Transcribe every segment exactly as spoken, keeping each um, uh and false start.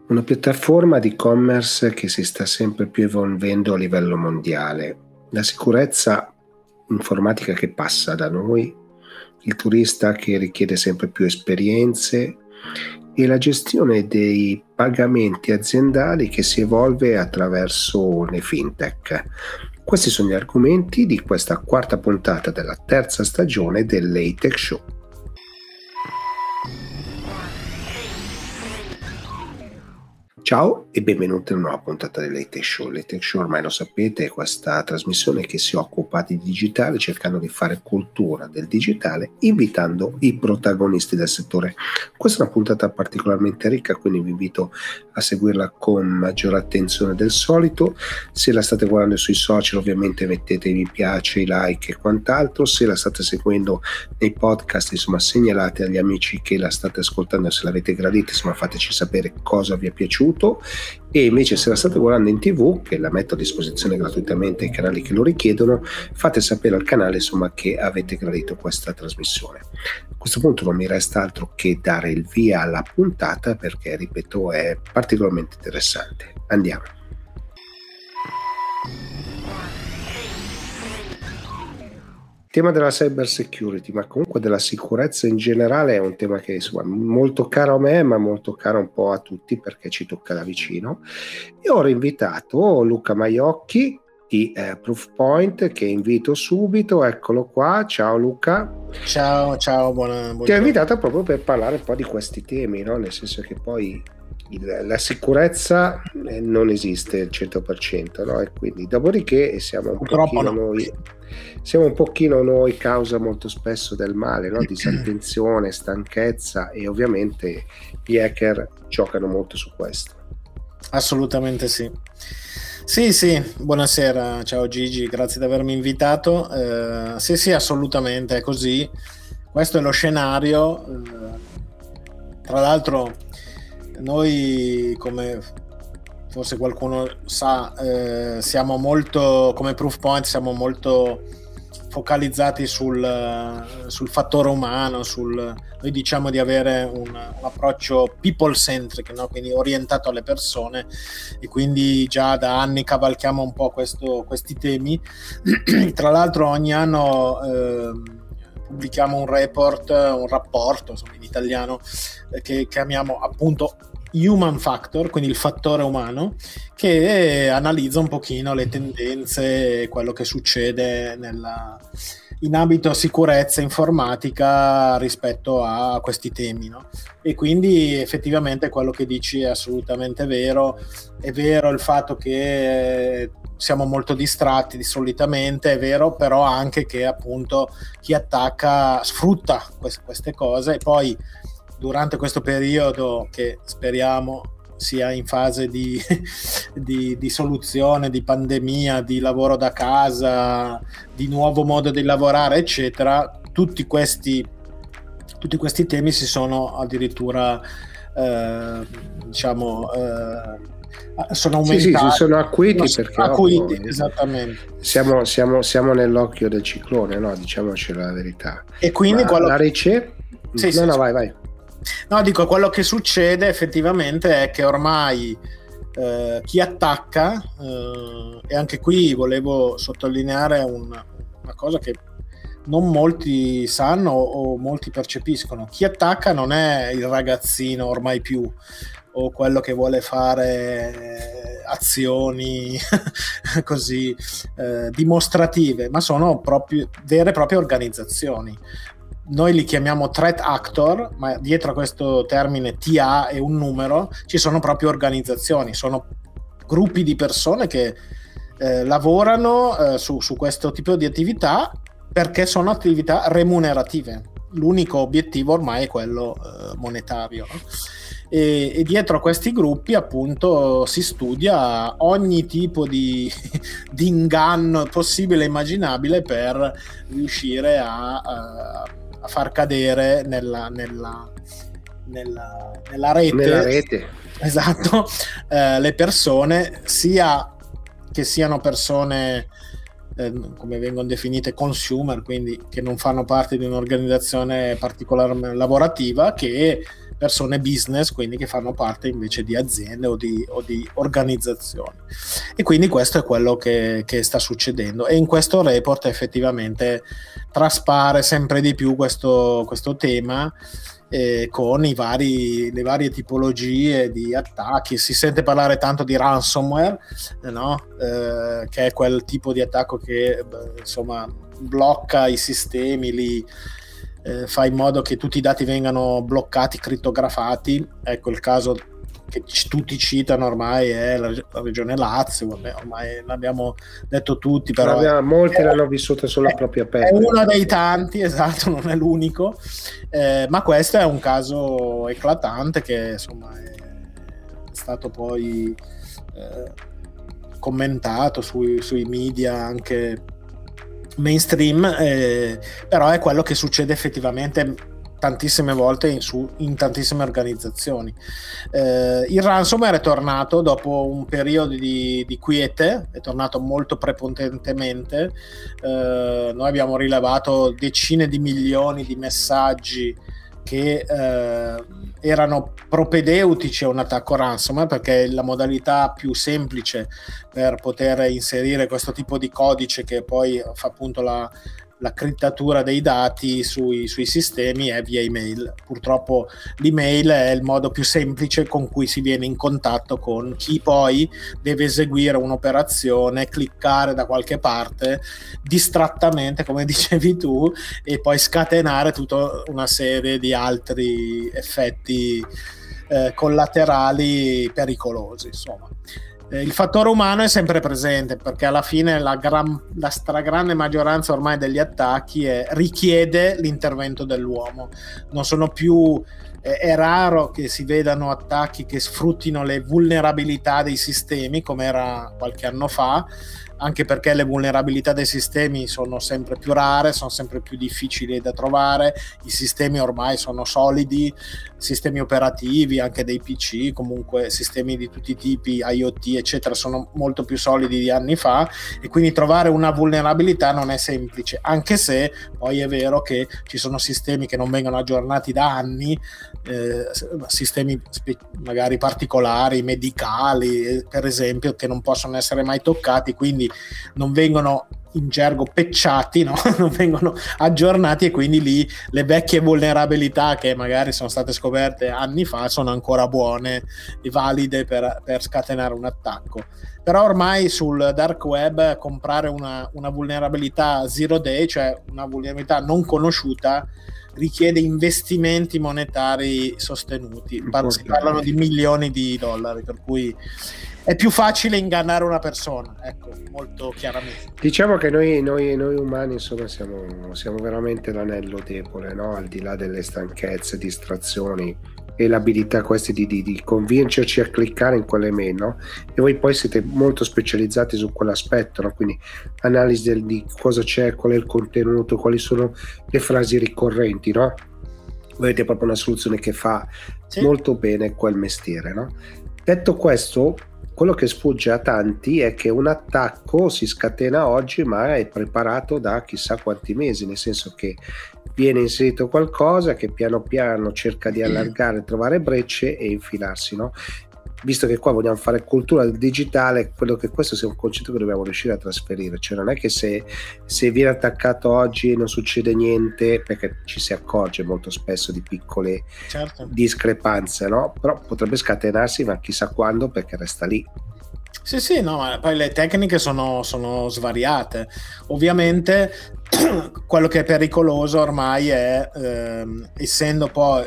Una piattaforma di e-commerce che si sta sempre più evolvendo a livello mondiale. La sicurezza informatica che passa da noi, il turista che richiede sempre più esperienze e la gestione dei pagamenti aziendali che si evolve attraverso le fintech. Questi sono gli argomenti di questa quarta puntata della terza stagione del Late Show. Ciao e benvenuti in una nuova puntata del Late Show. Late Show, ormai lo sapete, è questa trasmissione che si occupa di digitale, cercando di fare cultura del digitale, invitando i protagonisti del settore. Questa è una puntata particolarmente ricca, quindi vi invito a seguirla con maggiore attenzione del solito. Se la state guardando sui social, ovviamente mettete i mi piace, i like e quant'altro. Se la state seguendo nei podcast, insomma, segnalate agli amici che la state ascoltando, se l'avete gradita, insomma, fateci sapere cosa vi è piaciuto. E invece se la state guardando in tv, che la metto a disposizione gratuitamente ai canali che lo richiedono, fate sapere al canale insomma che avete gradito questa trasmissione. A questo punto non mi resta altro che dare il via alla puntata, perché ripeto è particolarmente interessante. Andiamo. Il tema della cyber security, ma comunque della sicurezza in generale, è un tema che insomma molto caro a me, ma molto caro un po' a tutti, perché ci tocca da vicino. E ho rinvitato Luca Maiocchi di eh, Proofpoint, che invito subito. Eccolo qua. Ciao Luca. Ciao, ciao, buona, buona. Ti ho invitato proprio per parlare un po' di questi temi, no? Nel senso che poi il, la sicurezza eh, non esiste al cento per cento, no? E quindi dopodiché siamo un Purtroppo pochino no. noi siamo un pochino noi causa molto spesso del male, no? Disattenzione, stanchezza, e ovviamente gli hacker giocano molto su questo. Assolutamente sì. Sì, sì, buonasera, ciao Gigi, grazie di avermi invitato. Eh, sì, sì, assolutamente è così. Questo è lo scenario. Eh, tra l'altro noi, come forse qualcuno sa, eh, siamo molto, come Proofpoint, siamo molto focalizzati sul, sul fattore umano, sul, noi diciamo di avere un, un approccio people centric, no? Quindi orientato alle persone, e quindi già da anni cavalchiamo un po' questo, questi temi. Tra l'altro ogni anno eh, pubblichiamo un report, un rapporto insomma, in italiano, eh, che chiamiamo appunto Human Factor, quindi il fattore umano, che analizza un pochino le tendenze, quello che succede nella, in ambito sicurezza informatica rispetto a questi temi, no? E quindi effettivamente quello che dici è assolutamente vero. È vero il fatto che siamo molto distratti di solitamente, è vero però anche che appunto chi attacca sfrutta queste, queste cose, e poi durante questo periodo, che speriamo sia in fase di, di, di soluzione, di pandemia, di lavoro da casa, di nuovo modo di lavorare, eccetera, tutti questi, tutti questi temi si sono addirittura, eh, diciamo, eh, sono aumentati. Sì, sì, si sono acuiti, no, perché acuiti, ovvio, esattamente. Siamo, siamo, siamo nell'occhio del ciclone, no? Diciamoci la verità. E quindi Ma quello la rice... Sì, no, sì, no, sì. vai, vai. No, dico, quello che succede effettivamente è che ormai eh, chi attacca, eh, e anche qui volevo sottolineare un, una cosa che non molti sanno o molti percepiscono: chi attacca non è il ragazzino ormai più, o quello che vuole fare azioni così eh, dimostrative, ma sono proprio vere e proprie organizzazioni. Noi li chiamiamo threat actor, ma dietro a questo termine T A e un numero ci sono proprio organizzazioni, sono gruppi di persone che eh, lavorano eh, su, su questo tipo di attività, perché sono attività remunerative. L'unico obiettivo ormai è quello eh, monetario, no? E, e dietro a questi gruppi appunto si studia ogni tipo di, di inganno possibile e immaginabile per riuscire a, a a far cadere nella, nella, nella, nella rete, nella rete. Esatto, eh, le persone, sia che siano persone eh, come vengono definite consumer, quindi che non fanno parte di un'organizzazione particolare lavorativa, che persone business, quindi che fanno parte invece di aziende o di, o di organizzazioni. E quindi questo è quello che, che sta succedendo, e in questo report effettivamente traspare sempre di più questo, questo tema, eh, con i vari, le varie tipologie di attacchi. Si sente parlare tanto di ransomware, eh, no? eh, che è quel tipo di attacco che beh, insomma blocca i sistemi, li eh, fa in modo che tutti i dati vengano bloccati, crittografati. Ecco, il caso che tutti citano ormai è la, la regione Lazio, vabbè, ormai l'abbiamo detto tutti, però l'abbiamo, molti è, l'hanno vissuto sulla è, propria pelle. È uno dei tanti, esatto, non è l'unico, eh, ma questo è un caso eclatante che insomma è, è stato poi eh, commentato sui, sui media anche mainstream, eh, però è quello che succede effettivamente tantissime volte in, su, in tantissime organizzazioni. Eh, il ransomware è tornato dopo un periodo di, di quiete, è tornato molto prepotentemente. Eh, noi abbiamo rilevato decine di milioni di messaggi che eh, erano propedeutici a un attacco ransomware, perché è la modalità più semplice per poter inserire questo tipo di codice che poi fa appunto la la criptatura dei dati sui, sui sistemi è via email. Purtroppo l'email è il modo più semplice con cui si viene in contatto con chi poi deve eseguire un'operazione, cliccare da qualche parte distrattamente, come dicevi tu, e poi scatenare tutta una serie di altri effetti eh, collaterali pericolosi, insomma. Il fattore umano è sempre presente, perché alla fine la, gran, la stragrande maggioranza ormai degli attacchi è, richiede l'intervento dell'uomo. Non sono più, eh, è raro che si vedano attacchi che sfruttino le vulnerabilità dei sistemi, come era qualche anno fa, anche perché le vulnerabilità dei sistemi sono sempre più rare, sono sempre più difficili da trovare. I sistemi ormai sono solidi, sistemi operativi, anche dei P C, comunque sistemi di tutti i tipi, IoT eccetera, sono molto più solidi di anni fa, e quindi trovare una vulnerabilità non è semplice, anche se poi è vero che ci sono sistemi che non vengono aggiornati da anni, eh, sistemi spe- magari particolari, medicali per esempio, che non possono essere mai toccati, quindi non vengono in gergo pecciati, no? Non vengono aggiornati, e quindi lì le vecchie vulnerabilità che magari sono state scoperte anni fa sono ancora buone e valide per, per scatenare un attacco. Però ormai sul dark web comprare una, una vulnerabilità zero day, cioè una vulnerabilità non conosciuta, richiede investimenti monetari sostenuti. Si parlano di milioni di dollari, per cui è più facile ingannare una persona, ecco, molto chiaramente. Diciamo che noi, noi, noi umani insomma siamo, siamo veramente l'anello debole, no? Al di là delle stanchezze, distrazioni e l'abilità queste di, di, di convincerci a cliccare in quelle mail, no? E voi poi siete molto specializzati su quell'aspetto, no? Quindi analisi del, di cosa c'è, qual è il contenuto, quali sono le frasi ricorrenti, no? Voi avete proprio una soluzione che fa sì. molto bene quel mestiere, no? Detto questo, quello che sfugge a tanti è che un attacco si scatena oggi, ma è preparato da chissà quanti mesi, nel senso che viene inserito qualcosa che piano piano cerca di allargare, trovare brecce e infilarsi, no? Visto che qua vogliamo fare cultura del digitale, quello che questo sia un concetto che dobbiamo riuscire a trasferire, cioè non è che se, se viene attaccato oggi non succede niente, perché ci si accorge molto spesso di piccole certo. discrepanze, no? Però potrebbe scatenarsi, ma chissà quando, perché resta lì. Sì, sì, no, ma poi le tecniche sono, sono svariate. Ovviamente quello che è pericoloso ormai è, ehm, essendo poi,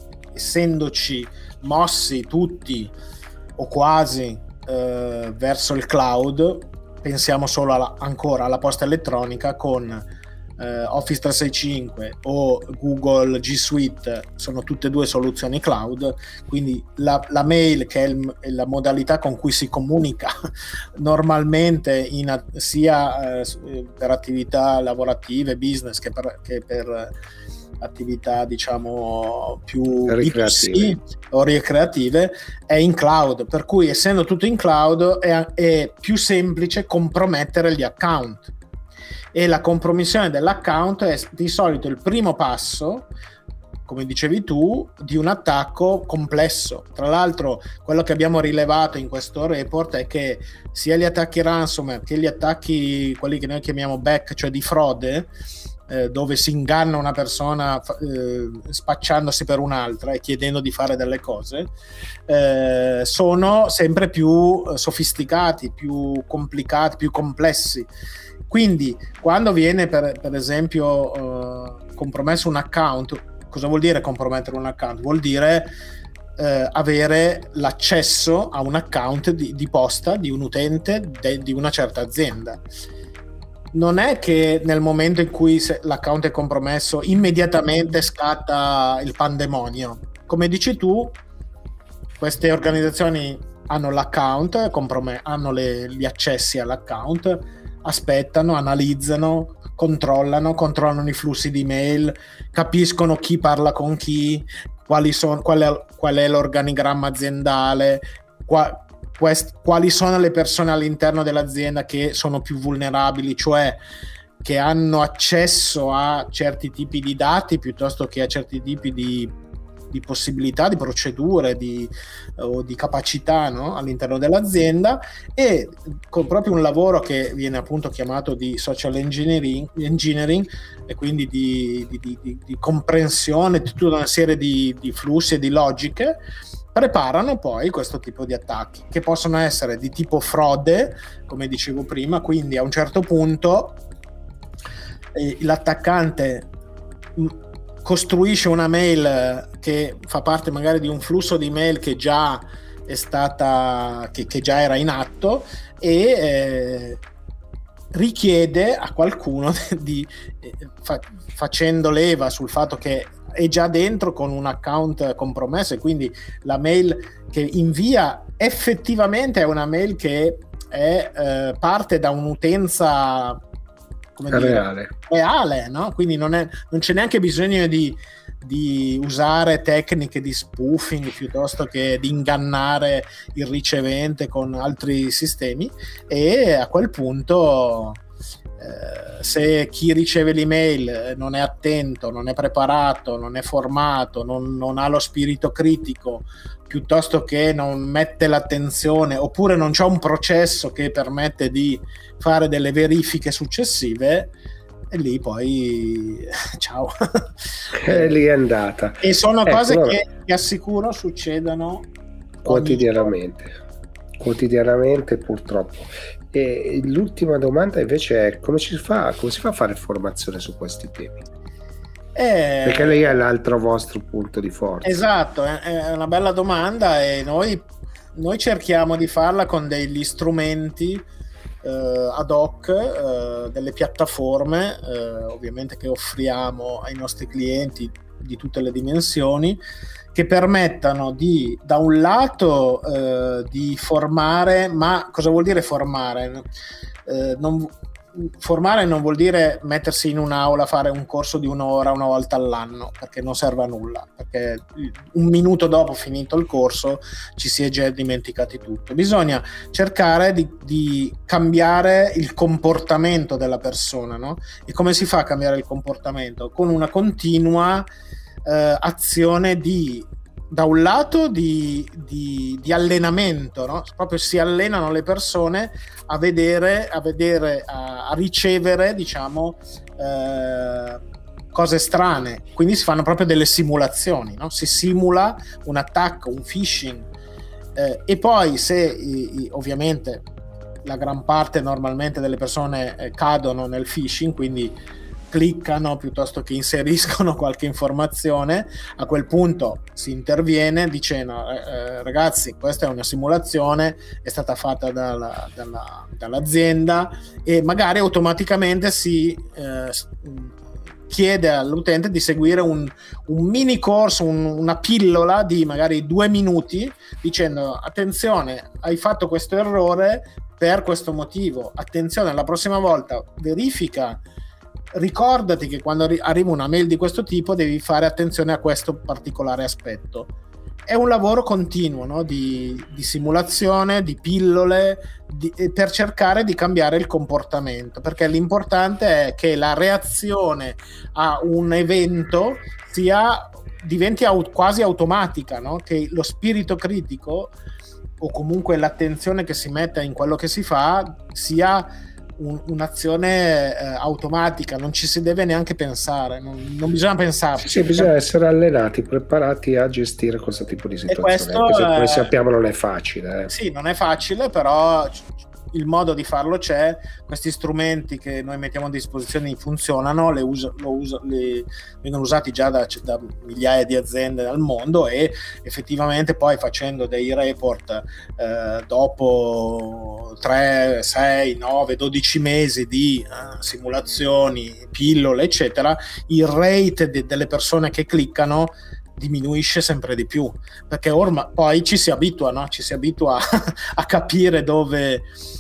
essendoci mossi tutti o quasi eh, verso il cloud, pensiamo solo alla, ancora alla posta elettronica con eh, Office trecentosessantacinque o Google G Suite, sono tutte e due soluzioni cloud, quindi la, la mail, che è, il, è la modalità con cui si comunica normalmente in, sia eh, per attività lavorative, business, che per, che per attività diciamo più ricreative o ricreative, è in cloud, per cui essendo tutto in cloud è, è più semplice compromettere gli account, e la compromissione dell'account è di solito il primo passo come dicevi tu, di un attacco complesso. Tra l'altro, quello che abbiamo rilevato in questo report è che sia gli attacchi ransomware che gli attacchi, quelli che noi chiamiamo back, cioè di frode, eh, dove si inganna una persona eh, spacciandosi per un'altra e chiedendo di fare delle cose, eh, sono sempre più sofisticati, più complicati, più complessi. Quindi, quando viene per, per esempio eh, compromesso un account, cosa vuol dire compromettere un account? Vuol dire eh, avere l'accesso a un account di, di posta di un utente de, di una certa azienda. Non è che nel momento in cui se l'account è compromesso immediatamente scatta il pandemonio. Come dici tu, queste organizzazioni hanno l'account, comprome- hanno le, gli accessi all'account, aspettano, analizzano, controllano, controllano i flussi di mail, capiscono chi parla con chi, quali sono, qual, è, qual è l'organigramma aziendale, qua, quest, quali sono le persone all'interno dell'azienda che sono più vulnerabili, cioè che hanno accesso a certi tipi di dati piuttosto che a certi tipi di di possibilità, di procedure, di, o di capacità, no? All'interno dell'azienda, e con proprio un lavoro che viene appunto chiamato di social engineering, engineering e quindi di, di, di, di, di comprensione di tutta una serie di, di flussi e di logiche, preparano poi questo tipo di attacchi che possono essere di tipo frode, come dicevo prima, quindi a un certo punto eh, l'attaccante costruisce una mail che fa parte magari di un flusso di mail che già è stata che, che già era in atto e eh, richiede a qualcuno di eh, fa, facendo leva sul fatto che è già dentro con un account compromesso, e quindi la mail che invia effettivamente è una mail che è eh, parte da un'utenza come dire, reale, reale, no? Quindi non, è, non c'è neanche bisogno di, di usare tecniche di spoofing piuttosto che di ingannare il ricevente con altri sistemi, e a quel punto eh, se chi riceve l'email non è attento, non è preparato, non è formato, non, non ha lo spirito critico, piuttosto che non mette l'attenzione, oppure non c'è un processo che permette di fare delle verifiche successive, e lì poi ciao, e lì è andata. E sono ecco, cose allora, che ti assicuro succedono quotidianamente quotidianamente purtroppo. E l'ultima domanda invece è: come si fa come si fa a fare formazione su questi temi? Eh, perché lei è l'altro vostro punto di forza. Esatto, è una bella domanda, e noi, noi cerchiamo di farla con degli strumenti eh, ad hoc, eh, delle piattaforme eh, ovviamente che offriamo ai nostri clienti di tutte le dimensioni, che permettano di, da un lato, eh, di formare. Ma cosa vuol dire formare? Eh, non Formare non vuol dire mettersi in un'aula, fare un corso di un'ora una volta all'anno, perché non serve a nulla, perché un minuto dopo finito il corso ci si è già dimenticati tutto. Bisogna cercare di, di cambiare il comportamento della persona, no? E come si fa a cambiare il comportamento? Con una continua eh, azione di da un lato di, di, di allenamento, no? Proprio si allenano le persone a vedere, a, vedere, a, a ricevere, diciamo, eh, cose strane. Quindi si fanno proprio delle simulazioni, no? Si simula un attacco, un phishing, eh, e poi se i, i, ovviamente la gran parte normalmente delle persone eh, cadono nel phishing, quindi cliccano piuttosto che inseriscono qualche informazione, a quel punto si interviene dicendo eh, ragazzi, questa è una simulazione, è stata fatta dalla, dalla, dall'azienda, e magari automaticamente si eh, chiede all'utente di seguire un, un mini corso, un, una pillola di magari due minuti dicendo: attenzione, hai fatto questo errore per questo motivo, attenzione, la prossima volta verifica, ricordati che quando arriva una mail di questo tipo devi fare attenzione a questo particolare aspetto. È un lavoro continuo, no? di, di simulazione, di pillole, di, per cercare di cambiare il comportamento, perché l'importante è che la reazione a un evento sia diventi au- quasi automatica, no? Che lo spirito critico o comunque l'attenzione che si mette in quello che si fa sia un, un'azione eh, automatica, non ci si deve neanche pensare, non, non bisogna pensarci. Sì, sì, bisogna essere allenati, preparati a gestire questo tipo di situazione. Questo, Anche se, come eh, sappiamo, non è facile. Eh. Sì, non è facile, però il modo di farlo c'è. Questi strumenti che noi mettiamo a disposizione funzionano, le usa, lo usa, le, vengono usati già da, da migliaia di aziende al mondo, e effettivamente poi facendo dei report eh, dopo tre, sei, nove, dodici mesi di eh, simulazioni, pillole eccetera, il rate de, delle persone che cliccano diminuisce sempre di più, perché ormai poi ci si abitua, no? Ci si abitua a capire dove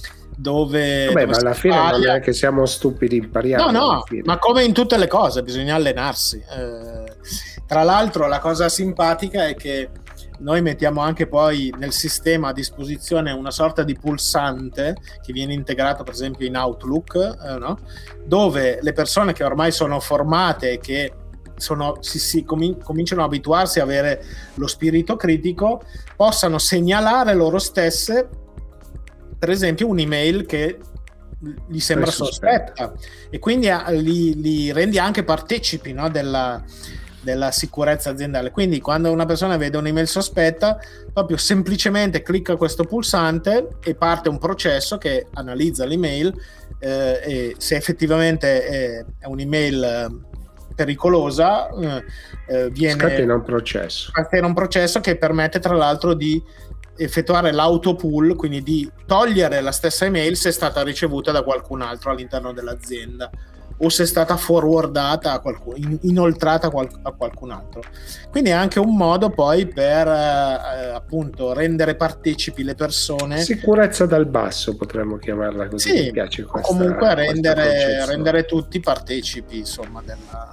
dove, Vabbè, dove ma alla fine sbaglia. non è che siamo stupidi, impariamo. No, no, ma come in tutte le cose bisogna allenarsi. Eh, tra l'altro la cosa simpatica è che noi mettiamo anche poi nel sistema a disposizione una sorta di pulsante che viene integrato per esempio in Outlook, eh, no? Dove le persone che ormai sono formate e che sono, si, si comin- cominciano a abituarsi a avere lo spirito critico, possano segnalare loro stesse per esempio un'email che gli sembra sospetta, e quindi li, li rendi anche partecipi, no, della, della sicurezza aziendale. Quindi quando una persona vede un'email sospetta, proprio semplicemente clicca questo pulsante e parte un processo che analizza l'email eh, e se effettivamente è, è un'email pericolosa eh, viene scatena un processo scatena un processo che permette tra l'altro di effettuare l'autopull, quindi di togliere la stessa email se è stata ricevuta da qualcun altro all'interno dell'azienda o se è stata forwardata a qualcuno, in, inoltrata a, qual, a qualcun altro. Quindi è anche un modo poi per eh, appunto rendere partecipi le persone. Sicurezza dal basso potremmo chiamarla così. Sì, mi piace questa, comunque rendere, rendere tutti partecipi, insomma, della...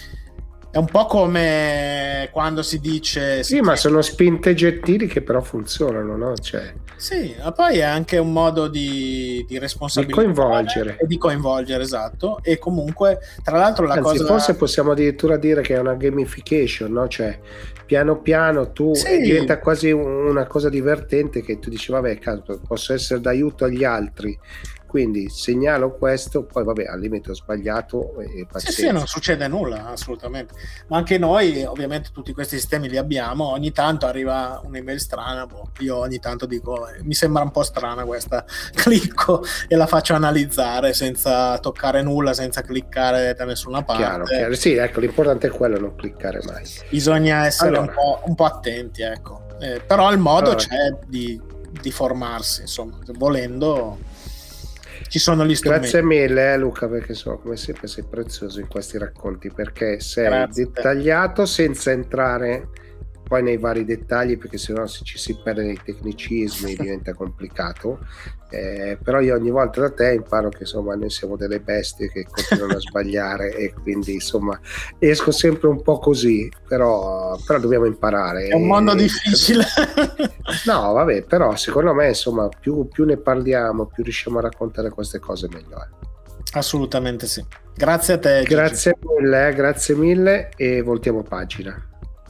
È un po' come quando si dice... Sì, si ma chiede... sono spinte gentili che però funzionano, no? Cioè... Sì, ma poi è anche un modo di, di responsabilità. Di coinvolgere. E di coinvolgere, esatto. E comunque, tra l'altro, la Anzi, cosa... forse possiamo addirittura dire che è una gamification, no? Cioè, piano piano tu sì. diventa quasi una cosa divertente che tu dici, vabbè, caso, posso essere d'aiuto agli altri. Quindi segnalo questo, poi vabbè, al limite ho sbagliato e pazienza. Sì, sì, non succede nulla, assolutamente. Ma anche noi, ovviamente, tutti questi sistemi li abbiamo. Ogni tanto arriva un'email strana, boh, io ogni tanto dico, eh, mi sembra un po' strana questa, clicco e la faccio analizzare senza toccare nulla, senza cliccare da nessuna parte. Chiaro, chiaro. Sì, ecco, l'importante è quello, non cliccare mai. Bisogna essere allora. un, po', un po' attenti, ecco. Eh, però il modo allora. c'è di, di formarsi, insomma, volendo... Ci sono gli strumenti. Grazie mille eh, Luca, perché so, come sempre sei prezioso in questi racconti, perché sei Grazie dettagliato senza entrare poi nei vari dettagli, perché sennò se ci si perde nei tecnicismi diventa complicato. Eh, però io ogni volta da te imparo che insomma noi siamo delle bestie che continuano a sbagliare e quindi insomma esco sempre un po' così, però, però dobbiamo imparare. È un mondo difficile. No, vabbè, però secondo me insomma più, più ne parliamo, più riusciamo a raccontare queste cose meglio è. Assolutamente sì. Grazie a te. Grazie Gigi. mille, eh, grazie mille e voltiamo pagina.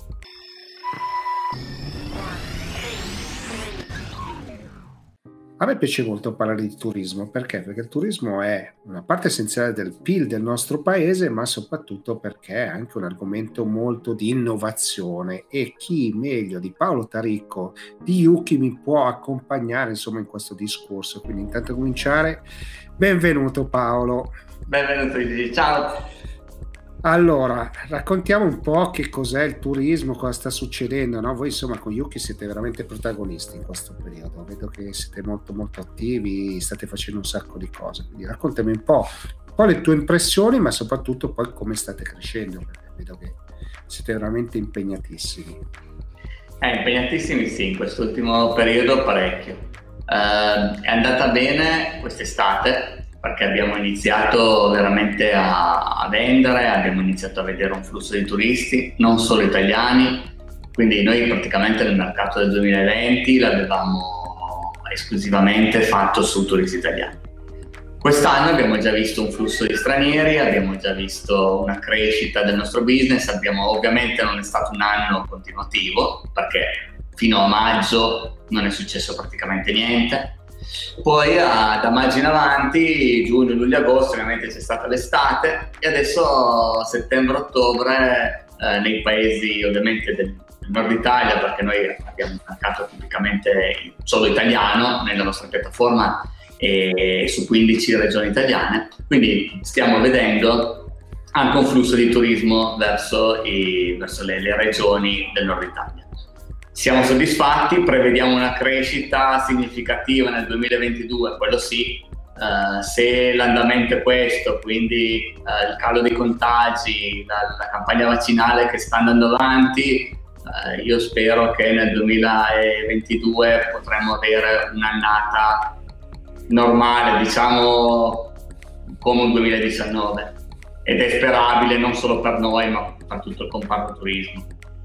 A me piace molto parlare di turismo, perché? Perché il turismo è una parte essenziale del P I L del nostro paese, ma soprattutto perché è anche un argomento molto di innovazione e chi meglio di Paolo Taricco di Yuki mi può accompagnare insomma in questo discorso. Quindi intanto cominciare, benvenuto Paolo. Benvenuto Gigi, ciao. Allora, raccontiamo un po' che cos'è il turismo, cosa sta succedendo, no? Voi insomma con Yuki siete veramente protagonisti in questo periodo, vedo che siete molto molto attivi, state facendo un sacco di cose, quindi raccontami un po', un po' le tue impressioni, ma soprattutto poi come state crescendo, perché vedo che siete veramente impegnatissimi. Eh, impegnatissimi sì, in quest'ultimo periodo parecchio. Eh, è andata bene quest'estate, perché abbiamo iniziato veramente a, a vendere, abbiamo iniziato a vedere un flusso di turisti, non solo italiani, quindi noi praticamente nel mercato del duemilaventi l'avevamo esclusivamente fatto su turisti italiani. Quest'anno abbiamo già visto un flusso di stranieri, abbiamo già visto una crescita del nostro business, abbiamo, ovviamente non è stato un anno continuativo perché fino a maggio non è successo praticamente niente. Poi a, da maggio in avanti, giugno, luglio, agosto, ovviamente c'è stata l'estate e adesso settembre-ottobre eh, nei paesi ovviamente del, del nord Italia, perché noi abbiamo un mercato tipicamente solo italiano nella nostra piattaforma e su quindici regioni italiane, quindi stiamo vedendo anche un flusso di turismo verso, i, verso le, le regioni del nord Italia. Siamo soddisfatti, prevediamo una crescita significativa nel duemilaventidue, quello sì. Uh, se l'andamento è questo, quindi uh, il calo dei contagi, la, la campagna vaccinale che sta andando avanti, uh, io spero che nel duemilaventidue potremo avere un'annata normale, diciamo come un duemiladiciannove, ed è sperabile non solo per noi ma per tutto il comparto turismo.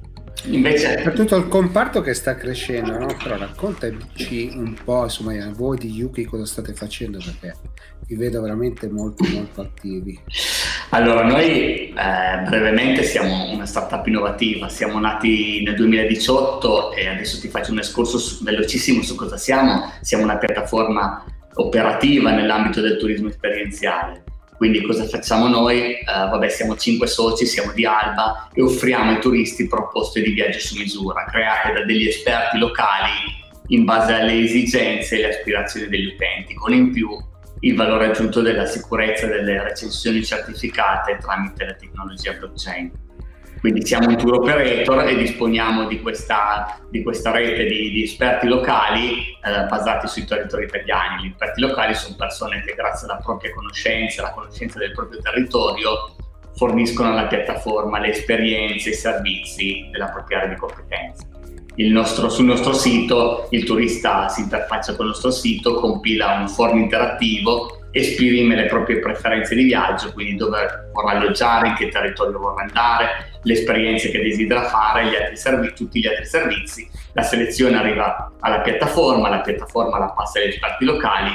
Invece per tutto il comparto che sta crescendo, no? Però raccontaci un po', insomma, voi di Yuki cosa state facendo, perché vi vedo veramente molto molto attivi. Allora, noi eh, brevemente siamo una startup innovativa, siamo nati nel duemiladiciotto e adesso ti faccio un escursus velocissimo su cosa siamo. Siamo una piattaforma operativa nell'ambito del turismo esperienziale. Quindi cosa facciamo noi? Eh, vabbè, siamo cinque soci, siamo di Alba e offriamo ai turisti proposte di viaggio su misura, create da degli esperti locali in base alle esigenze e alle aspirazioni degli utenti, con in più il valore aggiunto della sicurezza delle recensioni certificate tramite la tecnologia blockchain. Quindi siamo un tour operator e disponiamo di questa, di questa rete di, di esperti locali eh, basati sui territori italiani. Gli esperti locali sono persone che grazie alla propria conoscenza, alla conoscenza del proprio territorio, forniscono alla piattaforma le esperienze e i servizi della propria area di competenza. Il nostro, sul nostro sito il turista si interfaccia con il nostro sito, compila un form interattivo, esprime le proprie preferenze di viaggio, quindi dove vorrà alloggiare, in che territorio vorrà andare, le esperienze che desidera fare, gli altri servizi, tutti gli altri servizi. La selezione arriva alla piattaforma, la piattaforma la passa agli esperti locali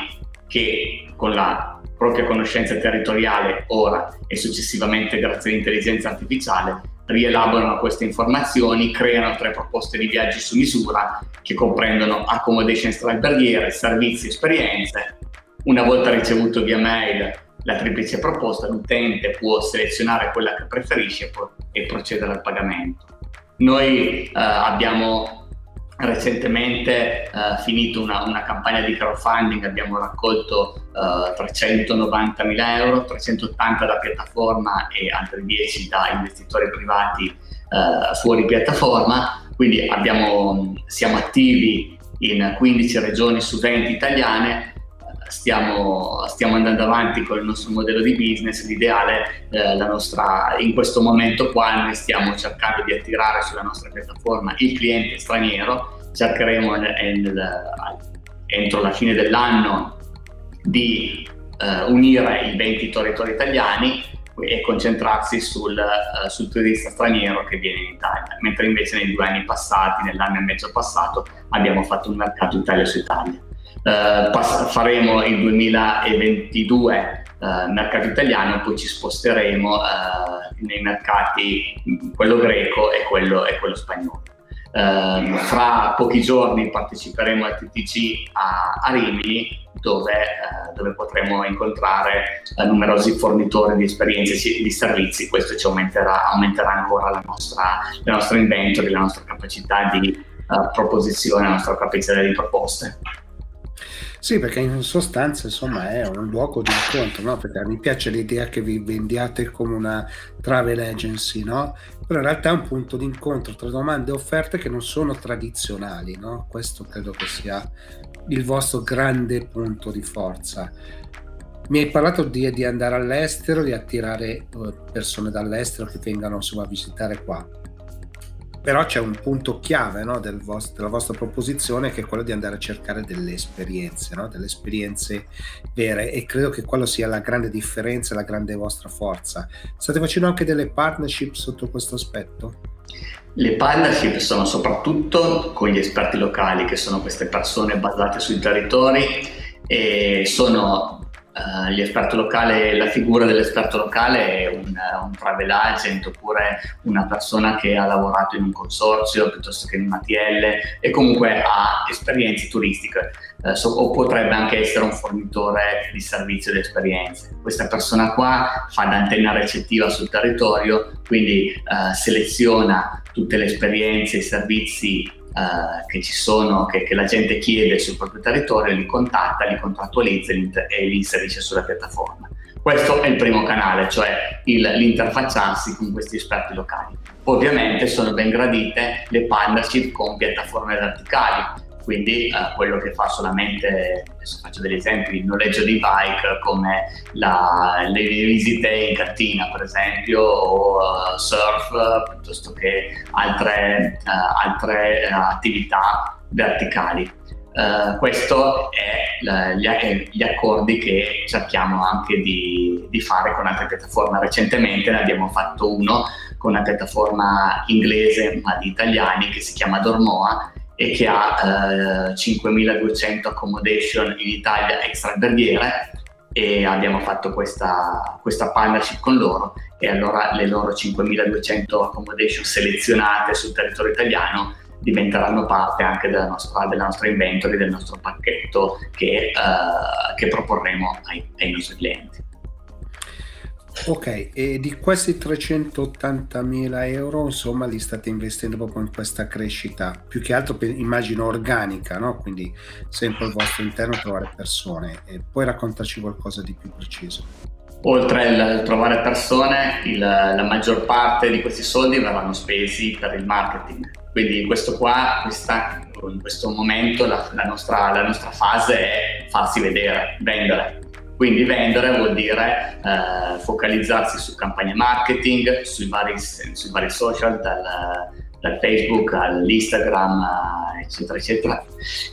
che con la propria conoscenza territoriale ora e successivamente grazie all'intelligenza artificiale rielaborano queste informazioni, creano tre proposte di viaggi su misura che comprendono accommodation alberghiere, servizi e esperienze. Una volta ricevuto via mail la triplice proposta, l'utente può selezionare quella che preferisce e procedere al pagamento. Noi eh, abbiamo recentemente eh, finito una, una campagna di crowdfunding, abbiamo raccolto eh, trecentonovantamila euro, trecentottanta da piattaforma e altri dieci da investitori privati eh, fuori piattaforma, quindi abbiamo, siamo attivi in quindici regioni su venti italiane. Stiamo, stiamo andando avanti con il nostro modello di business. L'ideale, eh, la nostra, in questo momento qua noi stiamo cercando di attirare sulla nostra piattaforma il cliente straniero. Cercheremo nel, nel, entro la fine dell'anno di eh, unire i venti territori italiani e concentrarsi sul, uh, sul turista straniero che viene in Italia, mentre invece nei due anni passati, nell'anno e mezzo passato, abbiamo fatto un mercato Italia su Italia. Uh, pass- faremo il duemilaventidue uh, mercato italiano, poi ci sposteremo uh, nei mercati, quello greco e quello, e quello spagnolo. Uh, fra pochi giorni parteciperemo al T T G a, a Rimini, dove, uh, dove potremo incontrare uh, numerosi fornitori di esperienze e di servizi. Questo ci aumenterà, aumenterà ancora la nostra, la nostra inventory, la nostra capacità di uh, proposizione, la nostra capacità di proposte. Sì, perché in sostanza insomma è un luogo di incontro, no? Perché mi piace l'idea che vi vendiate come una travel agency, no? Però in realtà è un punto di incontro tra domande e offerte che non sono tradizionali, no? Questo credo che sia il vostro grande punto di forza. Mi hai parlato di, di andare all'estero, di attirare persone dall'estero che vengano insomma a visitare qua. Però c'è un punto chiave, no, del vostro, della vostra proposizione, che è quello di andare a cercare delle esperienze, no? Delle esperienze vere, e credo che quello sia la grande differenza, la grande vostra forza. State facendo anche delle partnership sotto questo aspetto? Le partnership sono soprattutto con gli esperti locali, che sono queste persone basate sui territori e sono Uh, l'esperto locale, la figura dell'esperto locale è un, un travel agent oppure una persona che ha lavorato in un consorzio piuttosto che in un A T L e comunque ha esperienze turistiche, uh, so, o potrebbe anche essere un fornitore di servizio di esperienze. Questa persona qua fa da antenna recettiva sul territorio, quindi uh, seleziona tutte le esperienze e i servizi Uh, che ci sono, che, che la gente chiede sul proprio territorio, li contatta, li contrattualizza e li inserisce sulla piattaforma. Questo è il primo canale, cioè il, l'interfacciarsi con questi esperti locali. Poi ovviamente sono ben gradite le partnership con piattaforme verticali, quindi uh, quello che fa solamente, adesso faccio degli esempi, il noleggio di bike come la, le visite in cattina per esempio, o uh, surf, piuttosto che altre, uh, altre uh, attività verticali. Uh, questo è la, gli, gli accordi che cerchiamo anche di, di fare con altre piattaforme. Recentemente ne abbiamo fatto uno con una piattaforma inglese ma di italiani che si chiama Dormoa e che ha eh, cinquemiladuecento accommodation in Italia extra-alberghiere, e abbiamo fatto questa, questa partnership con loro, e allora le loro cinquemiladuecento accommodation selezionate sul territorio italiano diventeranno parte anche della nostra, della nostra inventory, del nostro pacchetto che, eh, che proporremo ai, ai nostri clienti. Ok, e di questi trecentottantamila euro, insomma, li state investendo proprio in questa crescita, più che altro per, immagino organica, no? Quindi sempre al vostro interno trovare persone. E poi raccontaci qualcosa di più preciso. Oltre al trovare persone, il, la maggior parte di questi soldi verranno spesi per il marketing. Quindi questo qua, questa, in questo momento la, la, nostra, la nostra fase è farsi vedere, vendere. Quindi vendere vuol dire eh, focalizzarsi su campagne marketing, sui vari, sui vari social, dal, dal Facebook all'Instagram, eccetera, eccetera.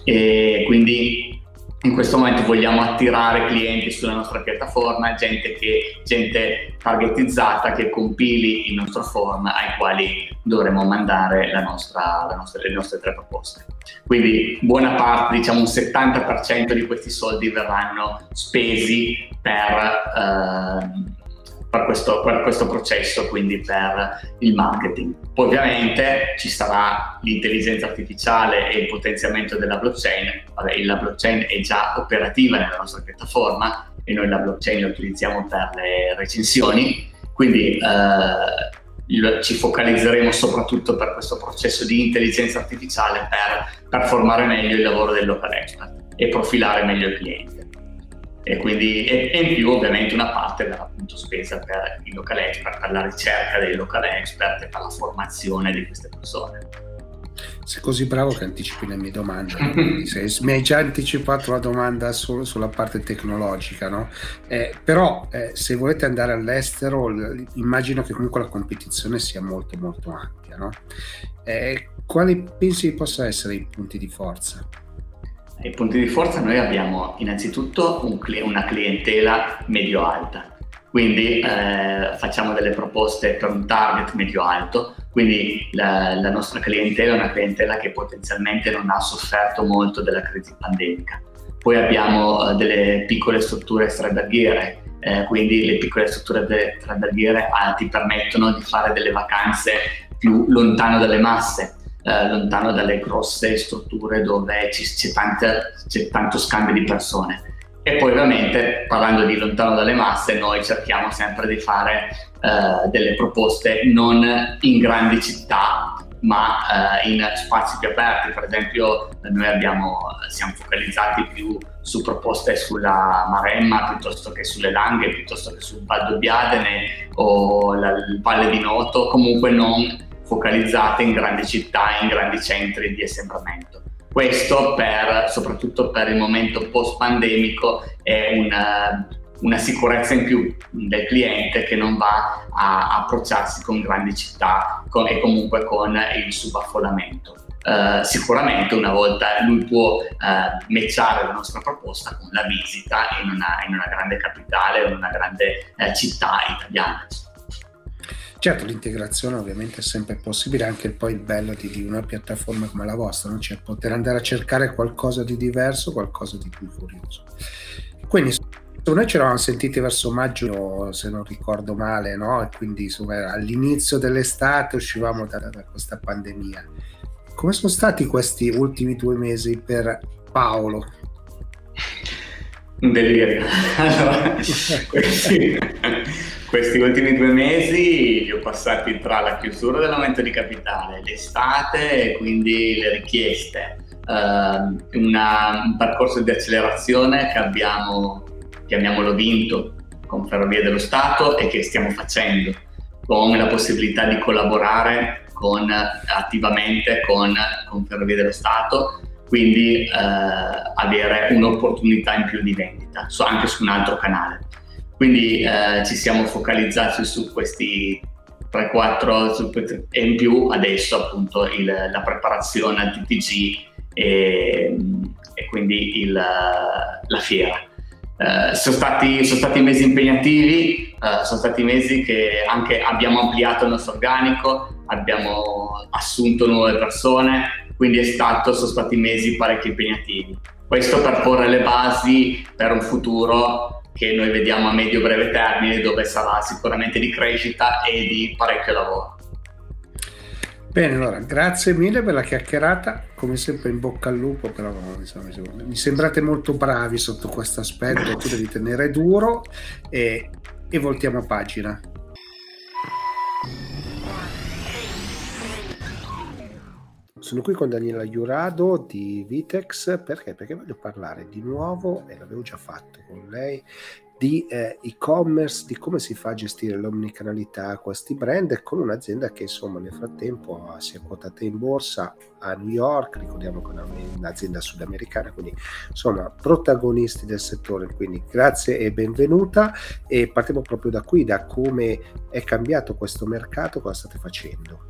E quindi in questo momento vogliamo attirare clienti sulla nostra piattaforma, gente, che, gente targetizzata che compili il nostro form ai quali dovremo mandare la nostra, la nostra, le nostre tre proposte. Quindi buona parte, diciamo un settanta per cento di questi soldi verranno spesi per, eh, per, questo, per questo processo, quindi per il marketing. Poi ovviamente ci sarà l'intelligenza artificiale e il potenziamento della blockchain. Vabbè, la blockchain è già operativa nella nostra piattaforma e noi la blockchain la utilizziamo per le recensioni, quindi eh, ci focalizzeremo soprattutto per questo processo di intelligenza artificiale per, per formare meglio il lavoro del local expert e profilare meglio il cliente. E quindi e, e in più ovviamente una parte verrà appunto spesa per il local expert, per la ricerca dei local expert e per la formazione di queste persone. Sei così bravo che anticipi le mie domande. Sei, mi hai già anticipato la domanda solo sulla parte tecnologica, no? Eh, però eh, se volete andare all'estero, immagino che comunque la competizione sia molto molto ampia, no? Eh, quali pensi possano essere i punti di forza? I punti di forza, noi abbiamo innanzitutto un, una clientela medio-alta, quindi eh, facciamo delle proposte per un target medio-alto, quindi la, la nostra clientela è una clientela che potenzialmente non ha sofferto molto della crisi pandemica. Poi abbiamo eh, delle piccole strutture extra-alberghiere, eh, quindi le piccole strutture extra-alberghiere eh, ti permettono di fare delle vacanze più lontano dalle masse, eh, lontano dalle grosse strutture dove ci, c'è, tante, c'è tanto scambio di persone. E poi ovviamente, parlando di lontano dalle masse, noi cerchiamo sempre di fare eh, delle proposte non in grandi città, ma eh, in spazi più aperti. Per esempio noi abbiamo, siamo focalizzati più su proposte sulla Maremma piuttosto che sulle Langhe, piuttosto che sul Val d'Obbiadene o la, il Valle di Noto, comunque non focalizzate in grandi città, in grandi centri di assembramento. Questo per, soprattutto per il momento post-pandemico è una, una sicurezza in più del cliente che non va a approcciarsi con grandi città con, e comunque con il subaffollamento. Uh, sicuramente una volta lui può uh, matchare la nostra proposta con la visita in una, in una grande capitale o in una grande uh, città italiana. Certo, l'integrazione ovviamente è sempre possibile, anche poi il bello di, di una piattaforma come la vostra, no? Cioè poter andare a cercare qualcosa di diverso, qualcosa di più curioso. Quindi Noi ci eravamo sentiti verso maggio, se non ricordo male, no? E quindi insomma, all'inizio dell'estate uscivamo da, da questa pandemia. Come sono stati questi ultimi due mesi per Paolo? Un delirio. Allora, questi, questi ultimi due mesi li ho passati tra la chiusura dell'aumento di capitale, l'estate e quindi le richieste, uh, una, un percorso di accelerazione che abbiamo, chiamiamolo vinto, con Ferrovie dello Stato e che stiamo facendo, con la possibilità di collaborare con, attivamente con, con Ferrovie dello Stato, quindi eh, avere un'opportunità in più di vendita, so, anche su un altro canale. Quindi eh, ci siamo focalizzati su questi tre quattro e in più adesso appunto il, la preparazione al T T G e, e quindi il, la fiera. Uh, sono stati, sono stati mesi impegnativi, uh, sono stati mesi che anche abbiamo ampliato il nostro organico, abbiamo assunto nuove persone, quindi è stato, sono stati mesi parecchio impegnativi. Questo per porre le basi per un futuro che noi vediamo a medio-breve termine, dove sarà sicuramente di crescita e di parecchio lavoro. Bene, allora grazie mille per la chiacchierata, come sempre in bocca al lupo, però insomma, mi sembrate molto bravi sotto questo aspetto, tu devi tenere duro e, e voltiamo pagina. Sono qui con Daniela Jurado di Vitex, perché? Perché voglio parlare di nuovo, e l'avevo già fatto con lei, di eh, e-commerce, di come si fa a gestire l'omnicanalità a questi brand, con un'azienda che insomma nel frattempo si è quotata in borsa a New York, ricordiamo che è un'azienda sudamericana, quindi insomma protagonisti del settore. Quindi grazie e benvenuta, e partiamo proprio da qui, da come è cambiato questo mercato, cosa state facendo?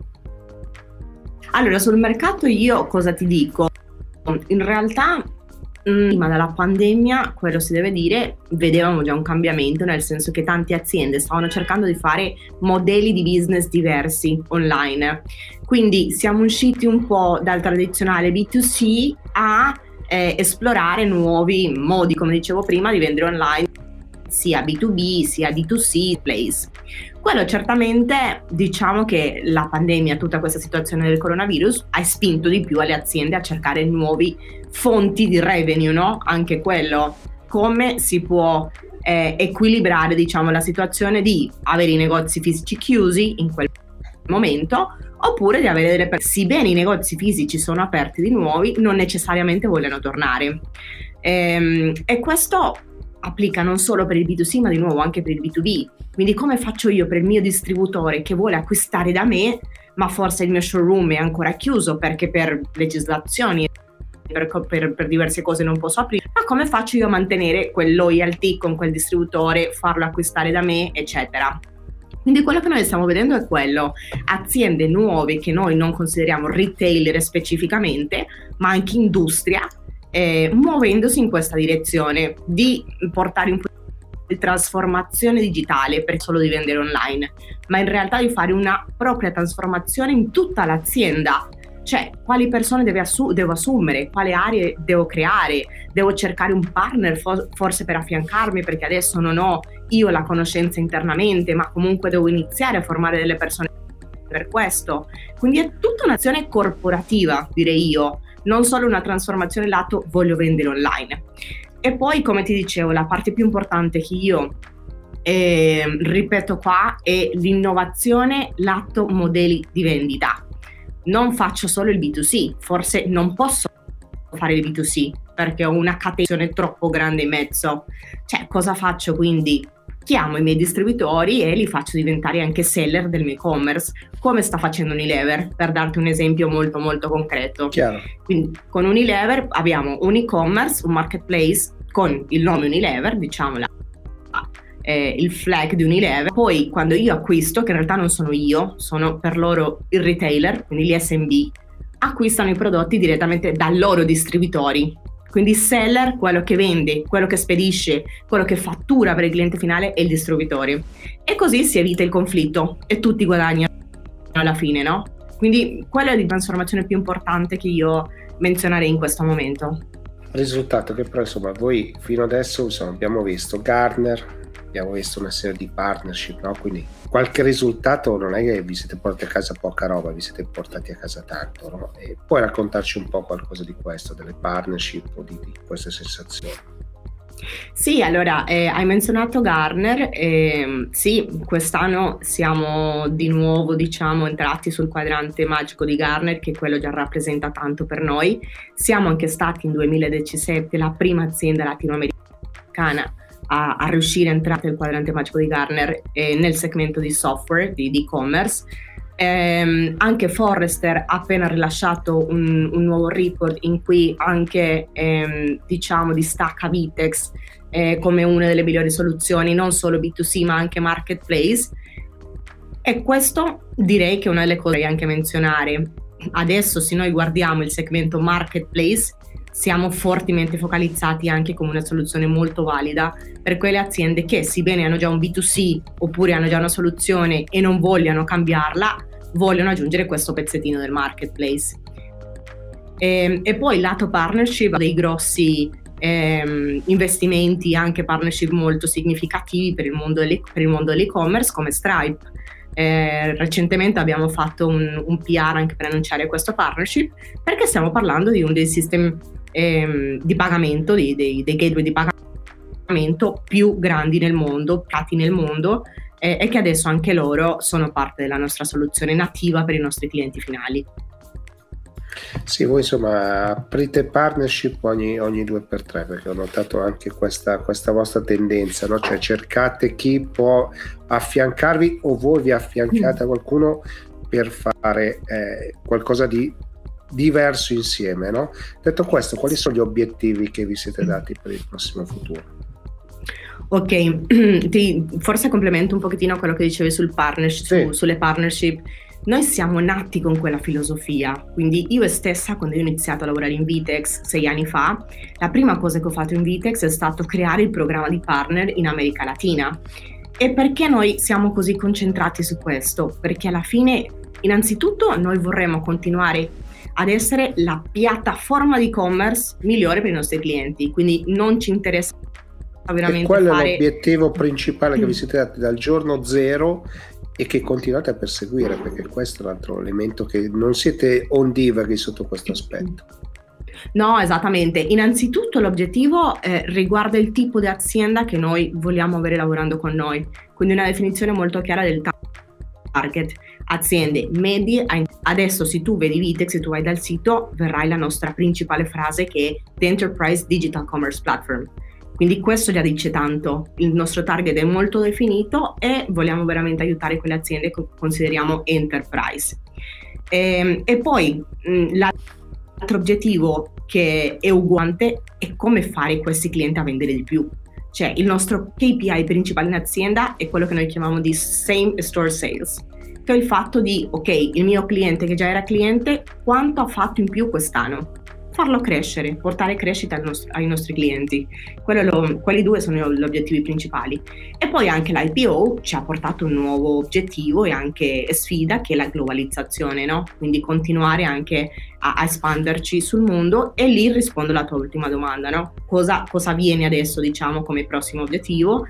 Allora, sul mercato io cosa ti dico? In realtà prima della pandemia, quello si deve dire, vedevamo già un cambiamento, nel senso che tante aziende stavano cercando di fare modelli di business diversi online. Quindi siamo usciti un po' dal tradizionale B due C a eh, esplorare nuovi modi, come dicevo prima, di vendere online, sia B due B sia D due C place. Quello certamente, diciamo che la pandemia, tutta questa situazione del coronavirus ha spinto di più alle aziende a cercare nuovi fonti di revenue, no? Anche quello, come si può eh, equilibrare, diciamo, la situazione di avere i negozi fisici chiusi in quel momento, oppure di avere delle persone, sebbene i negozi fisici sono aperti di nuovi, non necessariamente vogliono tornare. Ehm, e questo applica non solo per il B due C ma di nuovo anche per il B due B. Quindi come faccio io per il mio distributore che vuole acquistare da me, ma forse il mio showroom è ancora chiuso perché per legislazioni, per, per, per diverse cose non posso aprire, ma come faccio io a mantenere quel loyalty con quel distributore, farlo acquistare da me, eccetera. Quindi quello che noi stiamo vedendo è quello, aziende nuove che noi non consideriamo retailer specificamente, ma anche industria, Eh, muovendosi in questa direzione di portare un po' di trasformazione digitale per solo di vendere online, ma in realtà di fare una propria trasformazione in tutta l'azienda, cioè quali persone deve assu- devo assumere, quali aree devo creare, devo cercare un partner fo- forse per affiancarmi, perché adesso non ho io la conoscenza internamente, ma comunque devo iniziare a formare delle persone per questo. Quindi è tutta un'azione corporativa, direi io, non solo una trasformazione lato voglio vendere online. E poi, come ti dicevo, la parte più importante che io eh, ripeto qua è l'innovazione lato modelli di vendita. Non faccio solo il B due C, forse non posso fare il B due C perché ho una catena troppo grande in mezzo. Cioè, cosa faccio quindi? Chiamo i miei distributori e li faccio diventare anche seller del mio e-commerce, come sta facendo Unilever, per darti un esempio molto molto concreto. Chiaro. Quindi con Unilever abbiamo un e-commerce, un marketplace con il nome Unilever, diciamo la, eh, il flag di Unilever. Poi quando io acquisto, che in realtà non sono io, sono per loro il retailer, quindi gli S M B, acquistano i prodotti direttamente dai loro distributori. Quindi seller, quello che vende, quello che spedisce, quello che fattura per il cliente finale è il distributore. E così si evita il conflitto e tutti guadagnano alla fine, no? Quindi quella è la trasformazione più importante che io menzionerei in questo momento. Risultato che però insomma voi fino adesso insomma, abbiamo visto Gartner, abbiamo visto una serie di partnership, no? Quindi qualche risultato non è che vi siete portati a casa poca roba, vi siete portati a casa tanto, no? E puoi raccontarci un po' qualcosa di questo, delle partnership o di, di queste sensazioni? Sì, allora eh, hai menzionato Gartner, eh, sì, quest'anno siamo di nuovo diciamo entrati sul quadrante magico di Gartner, che quello già rappresenta tanto per noi. Siamo anche stati in duemiladiciassette la prima azienda latinoamericana a, a riuscire a entrare nel quadrante magico di Gartner eh, nel segmento di software, di e-commerce. Eh, anche Forrester ha appena rilasciato un, un nuovo report in cui anche ehm, diciamo distacca Vitex eh, come una delle migliori soluzioni, non solo B due C ma anche marketplace, e questo direi che è una delle cose che vorrei anche menzionare. Adesso se noi guardiamo il segmento marketplace siamo fortemente focalizzati anche come una soluzione molto valida per quelle aziende che, sebbene hanno già un B due C oppure hanno già una soluzione e non vogliono cambiarla, vogliono aggiungere questo pezzettino del marketplace. E, e poi lato partnership, dei grossi ehm, investimenti, anche partnership molto significativi per il mondo, per il mondo dell'e-commerce come Stripe. Eh, recentemente abbiamo fatto un, un P R anche per annunciare questo partnership, perché stiamo parlando di uno dei sistemi ehm, di pagamento, dei, dei, dei gateway di pagamento più grandi nel mondo, piatti nel mondo, eh, e che adesso anche loro sono parte della nostra soluzione nativa per i nostri clienti finali. Sì, voi insomma aprite partnership ogni, ogni due per tre, perché ho notato anche questa, questa vostra tendenza, no? Cioè cercate chi può affiancarvi o voi vi affiancate a qualcuno per fare eh, qualcosa di diverso insieme, no? Detto questo, quali sono gli obiettivi che vi siete dati per il prossimo futuro? Ok, ti, forse complemento un pochettino quello che dicevi sul partnership, sì. su, sulle partnership. Noi siamo nati con quella filosofia, quindi io stessa quando ho iniziato a lavorare in Vitex sei anni fa, la prima cosa che ho fatto in Vitex è stato creare il programma di partner in America Latina. E perché noi siamo così concentrati su questo? Perché alla fine, innanzitutto, noi vorremmo continuare ad essere la piattaforma di e-commerce migliore per i nostri clienti, quindi non ci interessa veramente e quello fare... è l'obiettivo principale che vi siete dati dal giorno zero e che continuate a perseguire, perché questo è l'altro elemento, che non siete ondivaghi sotto questo aspetto. No, esattamente. Innanzitutto l'obiettivo eh, riguarda il tipo di azienda che noi vogliamo avere lavorando con noi, quindi una definizione molto chiara del target. Aziende medie. Adesso se tu vedi Vitex, se tu vai dal sito, verrai la nostra principale frase che è The Enterprise Digital Commerce Platform. Quindi questo già dice tanto, il nostro target è molto definito e vogliamo veramente aiutare quelle aziende che consideriamo enterprise. E, e poi mh, l'altro obiettivo che è uguale è come fare questi clienti a vendere di più. Cioè il nostro K P I principale in azienda è quello che noi chiamiamo di Same Store Sales, che è il fatto di, ok, il mio cliente che già era cliente, quanto ha fatto in più quest'anno? Farlo crescere, portare crescita ai nostri, ai nostri clienti. Quello lo, quelli due sono gli obiettivi principali. E poi anche l'I P O ci ha portato un nuovo obiettivo e anche sfida, che è la globalizzazione, no? Quindi continuare anche a, a espanderci sul mondo. E lì rispondo alla tua ultima domanda, no? Cosa, cosa viene adesso, diciamo, come prossimo obiettivo?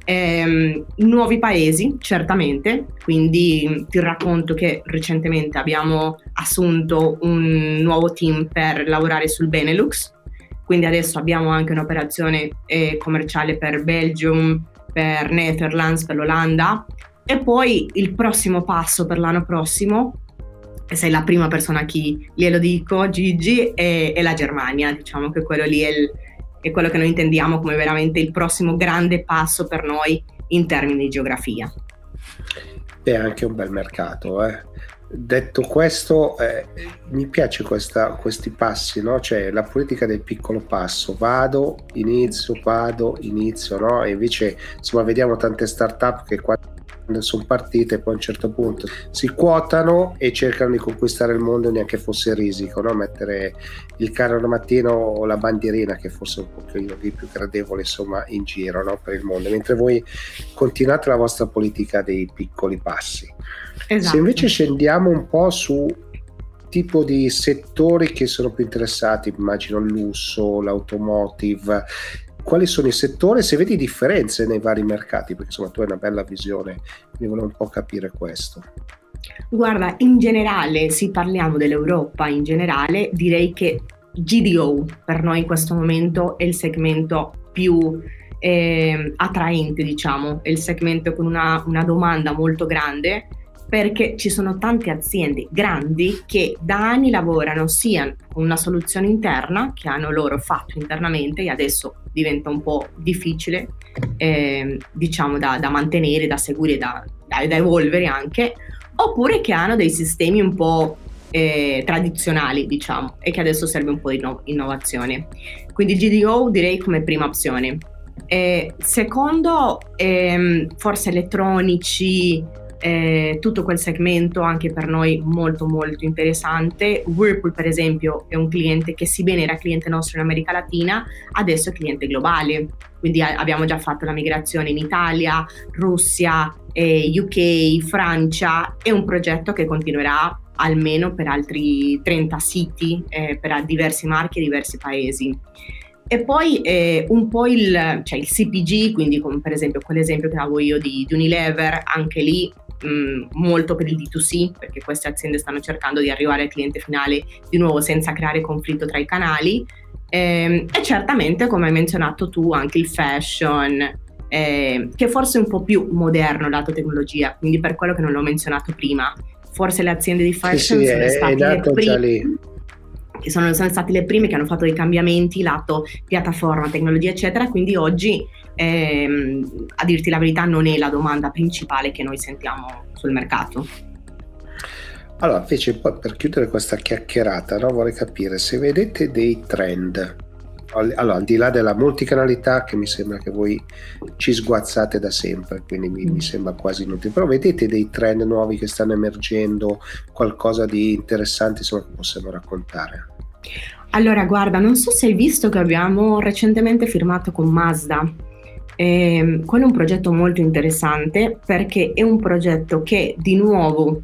Eh, nuovi paesi, certamente, quindi ti racconto che recentemente abbiamo assunto un nuovo team per lavorare sul Benelux, quindi adesso abbiamo anche un'operazione eh, commerciale per Belgium, per Netherlands, per l'Olanda, e poi il prossimo passo per l'anno prossimo, e sei la prima persona a chi glielo dico, Gigi, è, è la Germania. Diciamo che quello lì è il è quello che noi intendiamo come veramente il prossimo grande passo per noi in termini di geografia. È anche un bel mercato, eh. Detto questo, eh, mi piace questa, questi passi, no? Cioè la politica del piccolo passo, vado, inizio, vado, inizio, no? E invece insomma vediamo tante start-up che quando sono partite poi a un certo punto si quotano e cercano di conquistare il mondo, neanche fosse risico, no? Mettere il carro al mattino o la bandierina, che forse è un pochino di più gradevole insomma in giro, no? Per il mondo, mentre voi continuate la vostra politica dei piccoli passi. Esatto. Se invece scendiamo un po' su tipo di settori che sono più interessati? Immagino il lusso, l'automotive. Quali sono i settori? Se vedi differenze nei vari mercati, perché insomma tu hai una bella visione, quindi volevo un po' capire questo. Guarda, in generale, se parliamo dell'Europa in generale, direi che G D O per noi in questo momento è il segmento più eh, attraente, diciamo, è il segmento con una, una domanda molto grande, perché ci sono tante aziende grandi che da anni lavorano sia con una soluzione interna che hanno loro fatto internamente e adesso diventa un po' difficile eh, diciamo da, da mantenere, da seguire, da, da, da evolvere anche, oppure che hanno dei sistemi un po' eh, tradizionali, diciamo, e che adesso serve un po' di inno- innovazione. Quindi G D O direi come prima opzione. Eh, secondo, ehm, forse elettronici, eh, tutto quel segmento anche per noi molto molto interessante. Whirlpool per esempio è un cliente che, sebbene era cliente nostro in America Latina, adesso è cliente globale, quindi a- abbiamo già fatto la migrazione in Italia, Russia, eh, U K, Francia. È un progetto che continuerà almeno per altri trenta siti, eh, per diversi marchi e diversi paesi. E poi eh, un po' il, cioè il C P G, quindi come per esempio quell'esempio che davo io di, di Unilever, anche lì mh, molto per il D due C, perché queste aziende stanno cercando di arrivare al cliente finale di nuovo senza creare conflitto tra i canali. E, e certamente, come hai menzionato tu, anche il fashion, eh, che forse è un po' più moderno lato tecnologia, quindi per quello che non l'ho menzionato prima. Forse le aziende di fashion sì, sì, sono è, state è le prime, che sono, sono state le prime che hanno fatto dei cambiamenti lato piattaforma, tecnologia eccetera, quindi oggi ehm, a dirti la verità non è la domanda principale che noi sentiamo sul mercato. Allora invece poi per chiudere questa chiacchierata, no, vorrei capire se vedete dei trend. Allora, al di là della multicanalità che mi sembra che voi ci sguazzate da sempre, quindi mi, mi sembra quasi inutile, però vedete dei trend nuovi che stanno emergendo, qualcosa di interessante insomma che possiamo raccontare? Allora guarda, non so se hai visto che abbiamo recentemente firmato con Mazda. Eh, quello è un progetto molto interessante perché è un progetto che di nuovo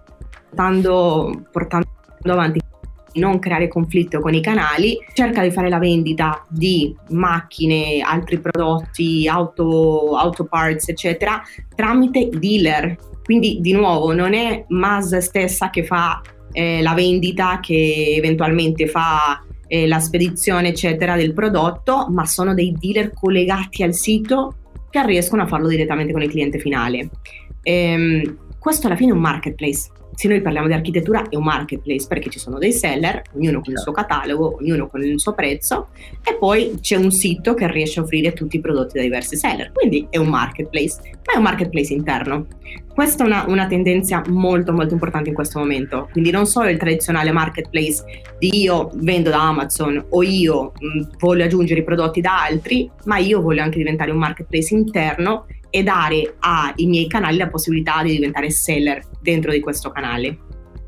portando, portando avanti non creare conflitto con i canali, cerca di fare la vendita di macchine, altri prodotti, auto, auto parts eccetera tramite dealer. Quindi di nuovo non è Mazda stessa che fa eh, la vendita, che eventualmente fa eh, la spedizione eccetera del prodotto, ma sono dei dealer collegati al sito che riescono a farlo direttamente con il cliente finale. Ehm, questo alla fine è un marketplace. Se noi parliamo di architettura è un marketplace perché ci sono dei seller, ognuno con il suo catalogo, ognuno con il suo prezzo, e poi c'è un sito che riesce a offrire tutti i prodotti da diversi seller, quindi è un marketplace, ma è un marketplace interno. Questa è una, una tendenza molto molto importante in questo momento, quindi non solo il tradizionale marketplace di io vendo da Amazon o io mh, voglio aggiungere i prodotti da altri, ma io voglio anche diventare un marketplace interno e dare ai miei canali la possibilità di diventare seller dentro di questo canale.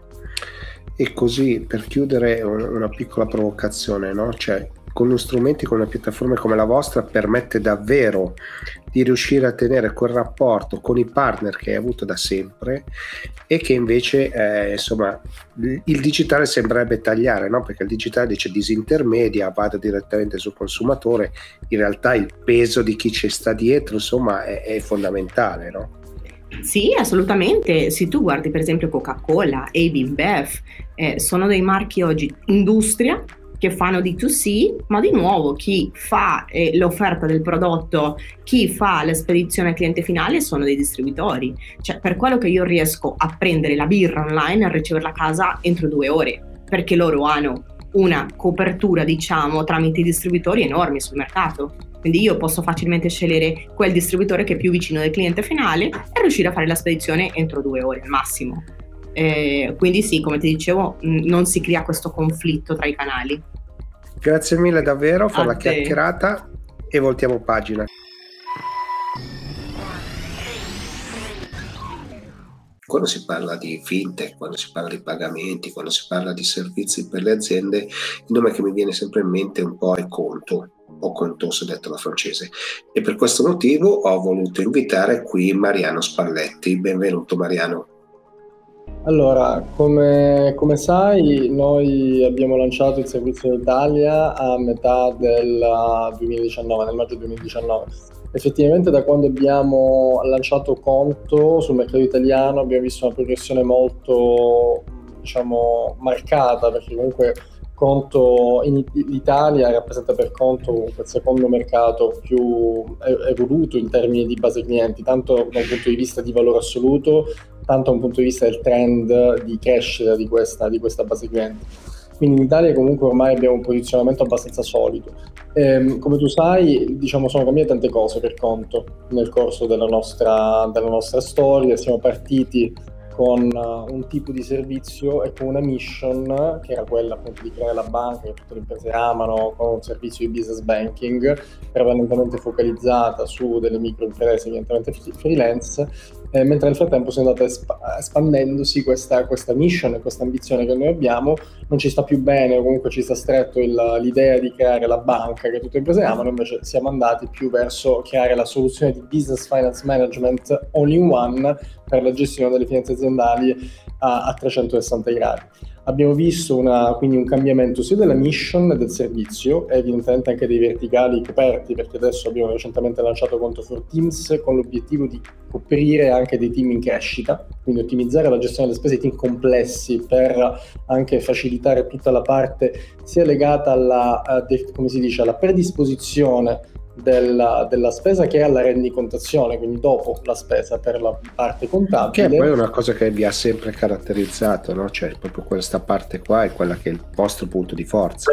E così, per chiudere, una piccola provocazione, no? Cioè, con strumenti, con una piattaforma come la vostra, permette davvero di riuscire a tenere quel rapporto con i partner che hai avuto da sempre e che invece, eh, insomma, il digitale sembrerebbe tagliare, no? Perché il digitale dice disintermedia, vado direttamente sul consumatore, in realtà il peso di chi ci sta dietro, insomma, è, è fondamentale, no? Sì, assolutamente. Se tu guardi per esempio Coca-Cola, A B InBev, eh, sono dei marchi oggi industria che fanno D due C, ma di nuovo chi fa eh, l'offerta del prodotto, chi fa la spedizione al cliente finale sono dei distributori. Cioè, per quello che io riesco a prendere la birra online e a riceverla a casa entro due ore, perché loro hanno una copertura, diciamo, tramite i distributori enormi sul mercato. Quindi io posso facilmente scegliere quel distributore che è più vicino del cliente finale e riuscire a fare la spedizione entro due ore al massimo. Eh, quindi sì, come ti dicevo, mh, non si crea questo conflitto tra i canali. Grazie mille davvero per A la te. chiacchierata e voltiamo pagina. Quando si parla di fintech, quando si parla di pagamenti, quando si parla di servizi per le aziende, il nome che mi viene sempre in mente un po' è Conto, o Contoso detto alla francese, e per questo motivo ho voluto invitare qui Mariano Spalletti. Benvenuto Mariano. Allora, come, come sai, noi abbiamo lanciato il servizio in Italia a metà del duemiladiciannove, nel maggio duemiladiciannove. Effettivamente da quando abbiamo lanciato Conto sul mercato italiano abbiamo visto una progressione molto, diciamo, marcata, perché comunque Conto in l'Italia rappresenta per Conto comunque il secondo mercato più evoluto in termini di base clienti, tanto da un punto di vista di valore assoluto, tanto da un punto di vista del trend di crescita di questa, di questa base clienti. Quindi in Italia comunque ormai abbiamo un posizionamento abbastanza solido. Ehm, come tu sai, diciamo, sono cambiate tante cose per Conto nel corso della nostra, della nostra storia. Siamo partiti con uh, un tipo di servizio e con una mission che era quella appunto di creare la banca che tutte le imprese amano, con un servizio di business banking prevalentemente focalizzata su delle microimprese, evidentemente freelance, eh, mentre nel frattempo si è andata esp- espandendosi questa, questa mission e questa ambizione che noi abbiamo. Non ci sta più bene, o comunque ci sta stretto il, l'idea di creare la banca che tutte le imprese amano, invece siamo andati più verso creare la soluzione di business finance management all in one per la gestione delle finanze aziendali a, a trecentosessanta gradi. Abbiamo visto una, quindi un cambiamento sia della mission e del servizio e evidentemente anche dei verticali coperti, perché adesso abbiamo recentemente lanciato Conto for Teams con l'obiettivo di coprire anche dei team in crescita, quindi ottimizzare la gestione delle spese di team complessi per anche facilitare tutta la parte sia legata alla, come si dice, alla predisposizione Della, della spesa che è alla rendicontazione, quindi dopo la spesa per la parte contabile. Che poi è una cosa che vi ha sempre caratterizzato, no? Cioè proprio questa parte qua è quella che è il vostro punto di forza.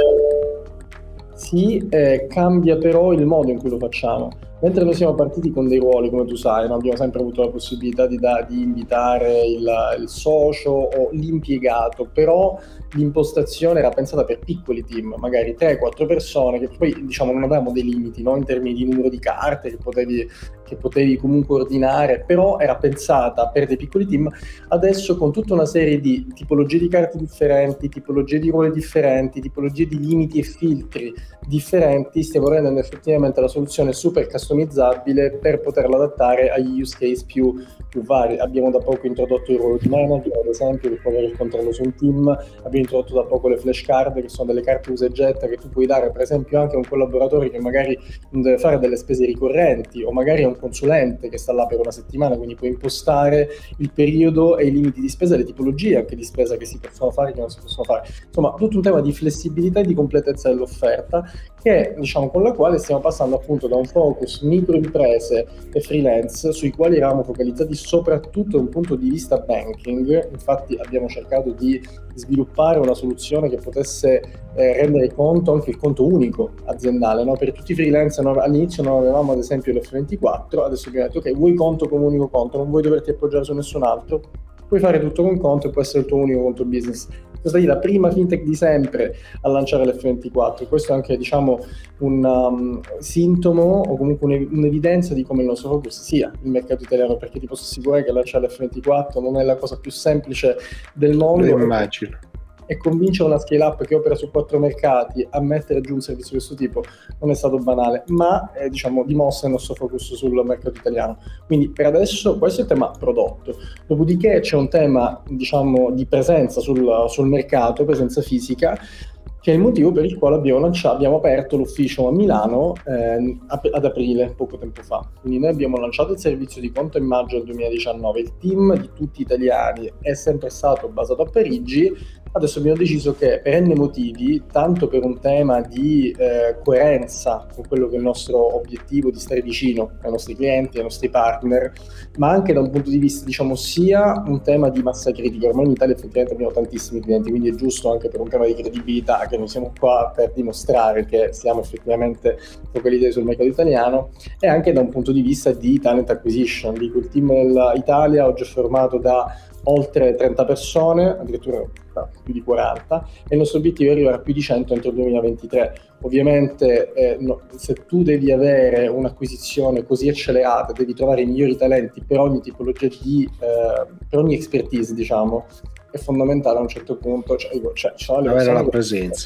Sì, eh, cambia però il modo in cui lo facciamo. Mentre noi siamo partiti con dei ruoli, come tu sai, no? Abbiamo sempre avuto la possibilità di, da, di invitare il, il socio o l'impiegato, però l'impostazione era pensata per piccoli team, magari tre quattro persone, che poi diciamo non avevamo dei limiti, no? In termini di numero di carte che potevi, che potevi comunque ordinare, però era pensata per dei piccoli team. Adesso con tutta una serie di tipologie di carte differenti, tipologie di ruoli differenti, tipologie di limiti e filtri differenti, stiamo rendendo effettivamente la soluzione super customizzabile per poterla adattare agli use case più, più vari. Abbiamo da poco introdotto il ruolo di manager, ad esempio, per poter avere il controllo su un team. Abbiamo introdotto da poco le flashcard, che sono delle carte usa e getta che tu puoi dare per esempio anche a un collaboratore che magari non deve fare delle spese ricorrenti, o magari a un consulente che sta là per una settimana, quindi puoi impostare il periodo e i limiti di spesa e le tipologie anche di spesa che si possono fare e che non si possono fare. Insomma, tutto un tema di flessibilità e di completezza dell'offerta, che diciamo con la quale stiamo passando appunto da un focus microimprese e freelance, sui quali eravamo focalizzati soprattutto da un punto di vista banking. Infatti abbiamo cercato di sviluppare una soluzione che potesse eh, rendere conto anche il conto unico aziendale, no? Per tutti i freelance no, all'inizio non avevamo ad esempio l'F ventiquattro, adesso abbiamo detto ok, vuoi conto come unico conto, non vuoi doverti appoggiare su nessun altro, puoi fare tutto con conto e può essere il tuo unico conto business. Questa è la prima fintech di sempre a lanciare l'F ventiquattro. Questo è anche diciamo un um, sintomo o comunque un, un'evidenza di come il nostro focus sia il mercato italiano, perché ti posso assicurare che lanciare l'F ventiquattro non è la cosa più semplice del mondo. Lo immagino. E convincere una scale up che opera su quattro mercati a mettere giù un servizio di questo tipo non è stato banale, ma eh, diciamo dimostra il nostro focus sul mercato italiano. Quindi per adesso questo è il tema prodotto. Dopodiché c'è un tema diciamo di presenza sul, sul mercato, presenza fisica, che è il motivo per il quale abbiamo lanciato, abbiamo aperto l'ufficio a Milano eh, ad aprile, poco tempo fa. Quindi noi abbiamo lanciato il servizio di conto in maggio del duemiladiciannove, il team di tutti italiani è sempre stato basato a Parigi. Adesso abbiamo deciso che per n motivi, tanto per un tema di eh, coerenza con quello che è il nostro obiettivo di stare vicino ai nostri clienti, ai nostri partner, ma anche da un punto di vista diciamo sia un tema di massa critica. Ormai in Italia effettivamente abbiamo tantissimi clienti, quindi è giusto anche per un tema di credibilità che noi siamo qua per dimostrare che siamo effettivamente focalizzati sul mercato italiano, e anche da un punto di vista di talent acquisition. Dico, il team dell'Italia oggi è formato da oltre trenta persone, addirittura più di quaranta, e il nostro obiettivo è arrivare a più di cento entro il duemilaventitré. Ovviamente eh, no, se tu devi avere un'acquisizione così accelerata, devi trovare i migliori talenti per ogni tipologia di, eh, per ogni expertise, diciamo, è fondamentale a un certo punto, cioè, cioè, ci sono le avere persone la che... presenza.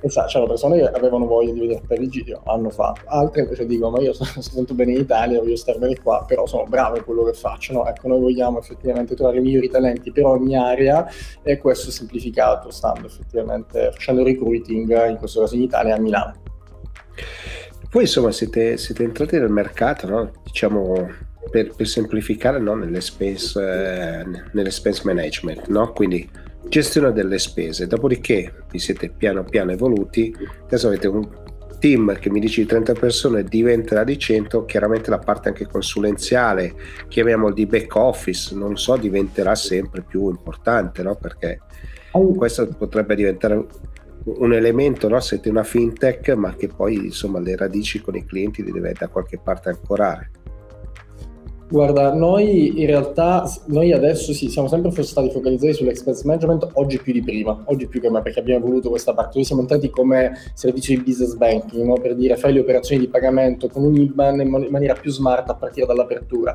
c'erano persone che avevano voglia di vedere Parigi, hanno fatto, altre invece dicono ma io sono stato bene in Italia, voglio starmene qua, però sono bravo in quello che faccio, no? Ecco, noi vogliamo effettivamente trovare i migliori talenti per ogni area, e questo è semplificato stando effettivamente facendo recruiting, in questo caso in Italia, a Milano. Voi insomma siete, siete entrati nel mercato, no? Diciamo per, per semplificare, no? nell'expense, eh, nell'expense management, no? Quindi gestione delle spese, dopodiché vi siete piano piano evoluti, adesso avete un team che mi dici di trenta persone, diventerà di cento, chiaramente la parte anche consulenziale, chiamiamolo di back office, non so, diventerà sempre più importante, no? Perché questo potrebbe diventare un elemento, no? Siete una fintech, ma che poi insomma le radici con i clienti li deve da qualche parte ancorare. Guarda, noi in realtà, noi adesso sì, siamo sempre stati focalizzati sull'expense management, oggi più di prima, oggi più che mai, perché abbiamo voluto questa parte. Noi siamo entrati come servizio di business banking, no? Per dire, fai le operazioni di pagamento con un I B A N in, man- in maniera più smart a partire dall'apertura.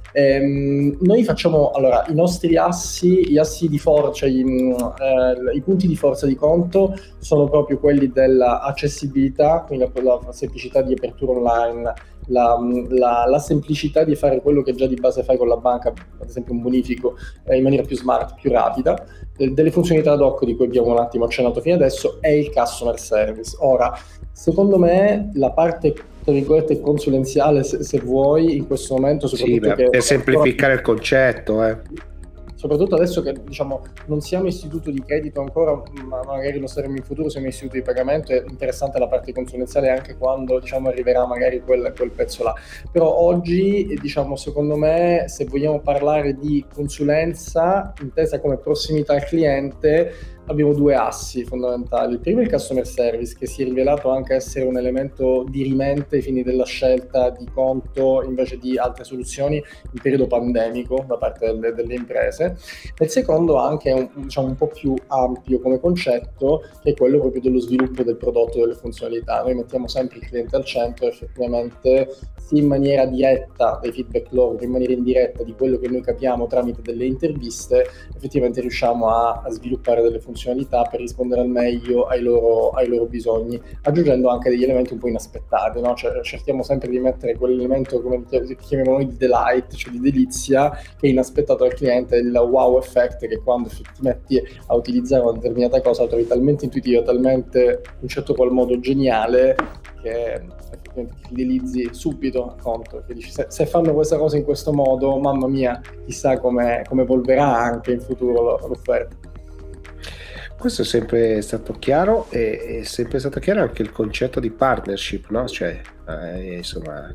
Ehm, noi facciamo, allora, i nostri assi, gli assi di forza, i, eh, i punti di forza di conto sono proprio quelli dell'accessibilità, quindi la, la semplicità di apertura online, La, la, la semplicità di fare quello che già di base fai con la banca, ad esempio un bonifico, eh, in maniera più smart, più rapida, eh, delle funzionalità ad hoc di cui abbiamo un attimo accennato fino adesso, è il customer service. Ora, secondo me la parte tra virgolette consulenziale, se, se vuoi, in questo momento, soprattutto sì, beh, che per semplificare il concetto, eh. soprattutto adesso che diciamo non siamo istituto di credito ancora, ma magari lo saremo in futuro, siamo istituto di pagamento, è interessante la parte consulenziale anche quando diciamo arriverà magari quel, quel pezzo là. Però oggi diciamo secondo me, se vogliamo parlare di consulenza intesa come prossimità al cliente, abbiamo due assi fondamentali. Il primo è il customer service, che si è rivelato anche essere un elemento dirimente ai fini della scelta di conto invece di altre soluzioni in periodo pandemico da parte delle, delle imprese. E il secondo anche è un, diciamo, un po' più ampio come concetto, che è quello proprio dello sviluppo del prodotto, delle funzionalità. Noi mettiamo sempre il cliente al centro, effettivamente sia in maniera diretta dei feedback loro, che in maniera indiretta di quello che noi capiamo tramite delle interviste, effettivamente riusciamo a, a sviluppare delle funzionalità per rispondere al meglio ai loro, ai loro bisogni, aggiungendo anche degli elementi un po' inaspettati, no? Cioè, cerchiamo sempre di mettere quell'elemento, come chiamiamo noi, di delight, cioè di delizia, che è inaspettato al cliente, il wow effect, che quando ti metti a utilizzare una determinata cosa la trovi talmente intuitiva, talmente in un certo qual modo geniale, che effettivamente ti fidelizzi subito a conto, che dici se, se fanno questa cosa in questo modo, mamma mia, chissà come, come evolverà anche in futuro l'offerta. Questo è sempre stato chiaro, e è sempre stato chiaro anche il concetto di partnership, no? Cioè, eh, insomma,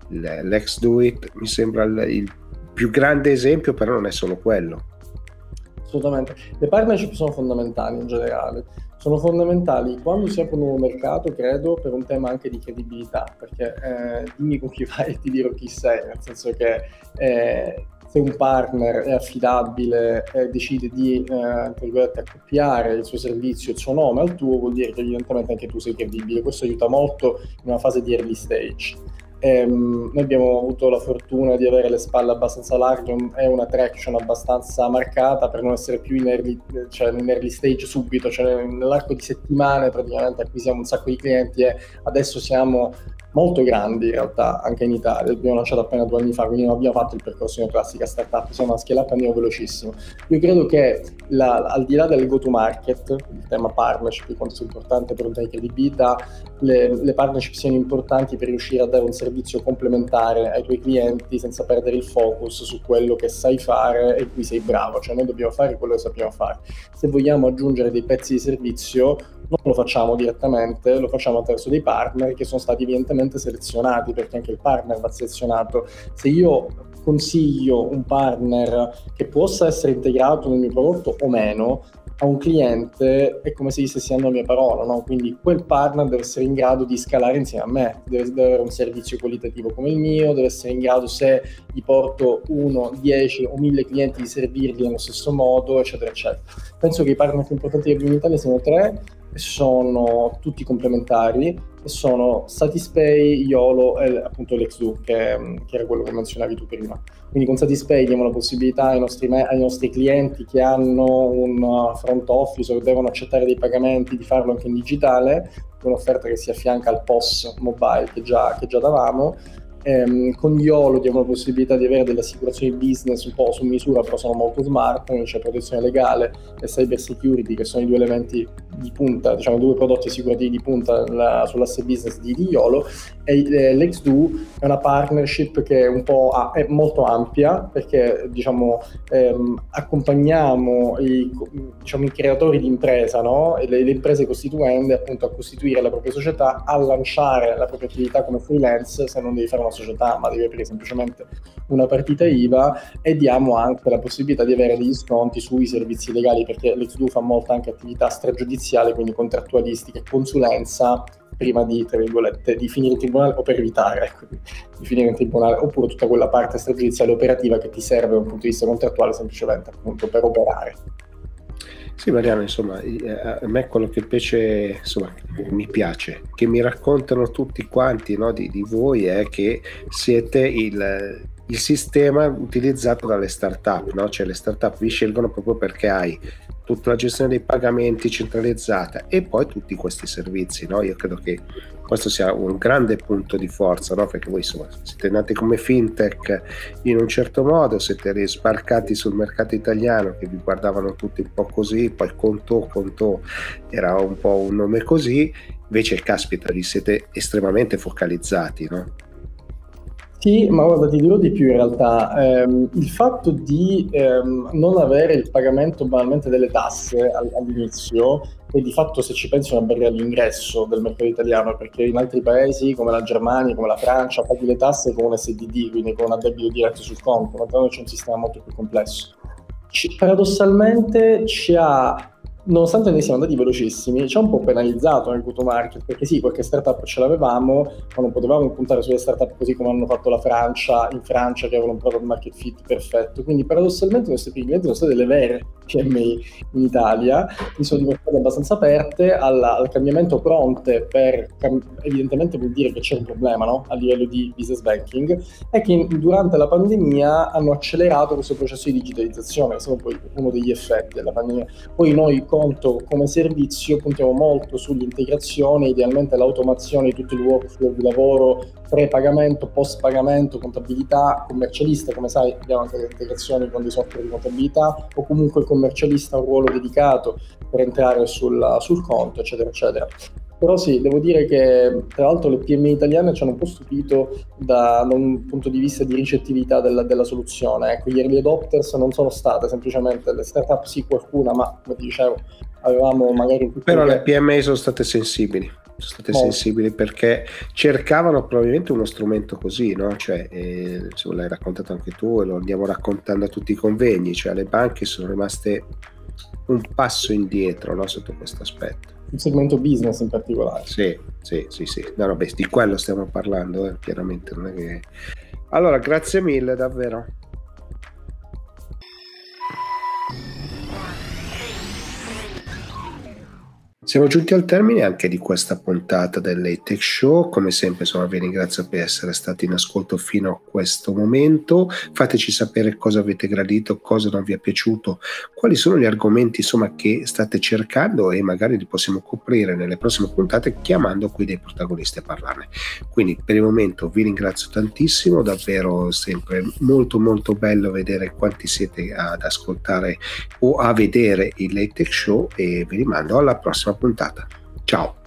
l'ex Do It mi sembra il, il più grande esempio, però non è solo quello. Assolutamente. Le partnership sono fondamentali in generale. Sono fondamentali quando si apre un nuovo mercato, credo, per un tema anche di credibilità, perché eh, dimmi con chi vai e ti dirò chi sei, nel senso che eh, se un partner è affidabile e decide di eh, accoppiare il suo servizio, il suo nome al tuo, vuol dire che evidentemente anche tu sei credibile. Questo aiuta molto in una fase di early stage. Ehm, noi abbiamo avuto la fortuna di avere le spalle abbastanza larghe e una traction abbastanza marcata per non essere più in early, cioè in early stage subito, cioè nell'arco di settimane praticamente acquisiamo un sacco di clienti e adesso siamo molto grandi in realtà anche in Italia. Abbiamo lanciato appena due anni fa, quindi non abbiamo fatto il percorso di una classica startup, siamo una scale up, andiamo velocissimo. Io credo che la, al di là del go to market, il tema partnership, quanto sia importante per un tema di credibilità, le, le partnership siano importanti per riuscire a dare un servizio complementare ai tuoi clienti senza perdere il focus su quello che sai fare e in cui sei bravo. Cioè noi dobbiamo fare quello che sappiamo fare. Se vogliamo aggiungere dei pezzi di servizio non lo facciamo direttamente, lo facciamo attraverso dei partner che sono stati evidentemente selezionati, perché anche il partner va selezionato. Se io consiglio un partner che possa essere integrato nel mio prodotto o meno a un cliente, è come se gli stessi dando la mia parola, no? Quindi quel partner deve essere in grado di scalare insieme a me, deve, deve avere un servizio qualitativo come il mio, deve essere in grado, se gli porto uno, dieci o mille clienti, di servirli nello stesso modo, eccetera eccetera. Penso che i partner più importanti che abbiamo in Italia siano tre, sono tutti complementari e sono Satispay, YOLO e appunto LexDo, che, che era quello che menzionavi tu prima. Quindi con Satispay diamo la possibilità ai nostri, ai nostri clienti che hanno un front office o devono accettare dei pagamenti di farlo anche in digitale, un'offerta che si affianca al P O S mobile che già, che già davamo. Ehm, con YOLO diamo la possibilità di avere delle assicurazioni business un po' su misura, però sono molto smart, quindi c'è protezione legale e cyber security, che sono i due elementi di punta, diciamo due prodotti assicurativi di punta la, sull'asset business di, di YOLO. E eh, LexDo è una partnership che è un po' a, è molto ampia, perché diciamo ehm, accompagniamo i, diciamo, i creatori di impresa, no? E le, le imprese costituende appunto a costituire la propria società, a lanciare la propria attività come freelance, se non devi fare una società ma devi aprire semplicemente una partita I V A, e diamo anche la possibilità di avere degli sconti sui servizi legali, perché LexDo fa molta anche attività stragiudiziale, quindi contrattualistica e consulenza prima di, tra virgolette, di finire in tribunale o per evitare ecco, di finire in tribunale, oppure tutta quella parte stragiudiziale operativa che ti serve da un punto di vista contrattuale semplicemente appunto per operare. Sì, Mariano, insomma, a me quello che invece insomma, mi piace, che mi raccontano tutti quanti, no, di, di voi, è che siete il, il sistema utilizzato dalle start-up, no? Cioè le start-up vi scelgono proprio perché hai tutta la gestione dei pagamenti centralizzata e poi tutti questi servizi, no? Io credo che questo sia un grande punto di forza, no? Perché voi insomma siete nati come fintech in un certo modo, siete sbarcati sul mercato italiano che vi guardavano tutti un po' così, poi Conto, Conto era un po' un nome così, invece caspita, vi siete estremamente focalizzati, no? Sì, ma guarda, ti dirò di più in realtà. Ehm, il fatto di ehm, non avere il pagamento banalmente delle tasse all- all'inizio è di fatto, se ci pensi, una barriera all'ingresso del mercato italiano, perché in altri paesi come la Germania, come la Francia, paghi le tasse con un S D D, quindi con un addebito diretto sul conto, ma da noi c'è un sistema molto più complesso. Ci, paradossalmente ci ha, nonostante noi siamo andati velocissimi, ci ha un po' penalizzato nel go-to-market, perché sì, qualche startup ce l'avevamo, ma non potevamo puntare sulle startup così come hanno fatto la Francia, in Francia, che avevano un product market fit perfetto. Quindi paradossalmente i nostri primi clienti sono state delle vere P M I in Italia, che sono diventate abbastanza aperte alla, al cambiamento, pronte per, cam- evidentemente vuol dire che c'è un problema, no? A livello di business banking, e che in, durante la pandemia hanno accelerato questo processo di digitalizzazione, che è stato poi uno degli effetti della pandemia. Poi noi Conto come servizio puntiamo molto sull'integrazione, idealmente l'automazione di tutto il workflow di lavoro, pre-pagamento, post-pagamento, contabilità, commercialista, come sai abbiamo anche le integrazioni con dei software di contabilità, o comunque il commercialista ha un ruolo dedicato per entrare sul, sul conto, eccetera, eccetera. Però sì, devo dire che tra l'altro le P M I italiane ci hanno un po' stupito da, da un punto di vista di ricettività della, della soluzione. Ecco, gli early adopters non sono state semplicemente le startup, sì qualcuna, ma come ti dicevo avevamo magari... Però le P M I sono state sensibili, sono state molto sensibili perché cercavano probabilmente uno strumento così, no? Cioè, eh, se l'hai raccontato anche tu e lo andiamo raccontando a tutti i convegni, cioè le banche sono rimaste un passo indietro, no? Sotto questo aspetto. Il segmento business in particolare. Sì, sì, sì, sì. No, no, beh, di quello stiamo parlando, eh, chiaramente. Non è che... Allora, grazie mille, davvero. Siamo giunti al termine anche di questa puntata del Late Tech Show. Come sempre, insomma, vi ringrazio per essere stati in ascolto fino a questo momento. Fateci sapere cosa avete gradito, cosa non vi è piaciuto, quali sono gli argomenti insomma che state cercando, e magari li possiamo coprire nelle prossime puntate chiamando qui dei protagonisti a parlarne. Quindi per il momento vi ringrazio tantissimo, davvero sempre molto molto bello vedere quanti siete ad ascoltare o a vedere il Late Tech Show, e vi rimando alla prossima puntata. Ciao.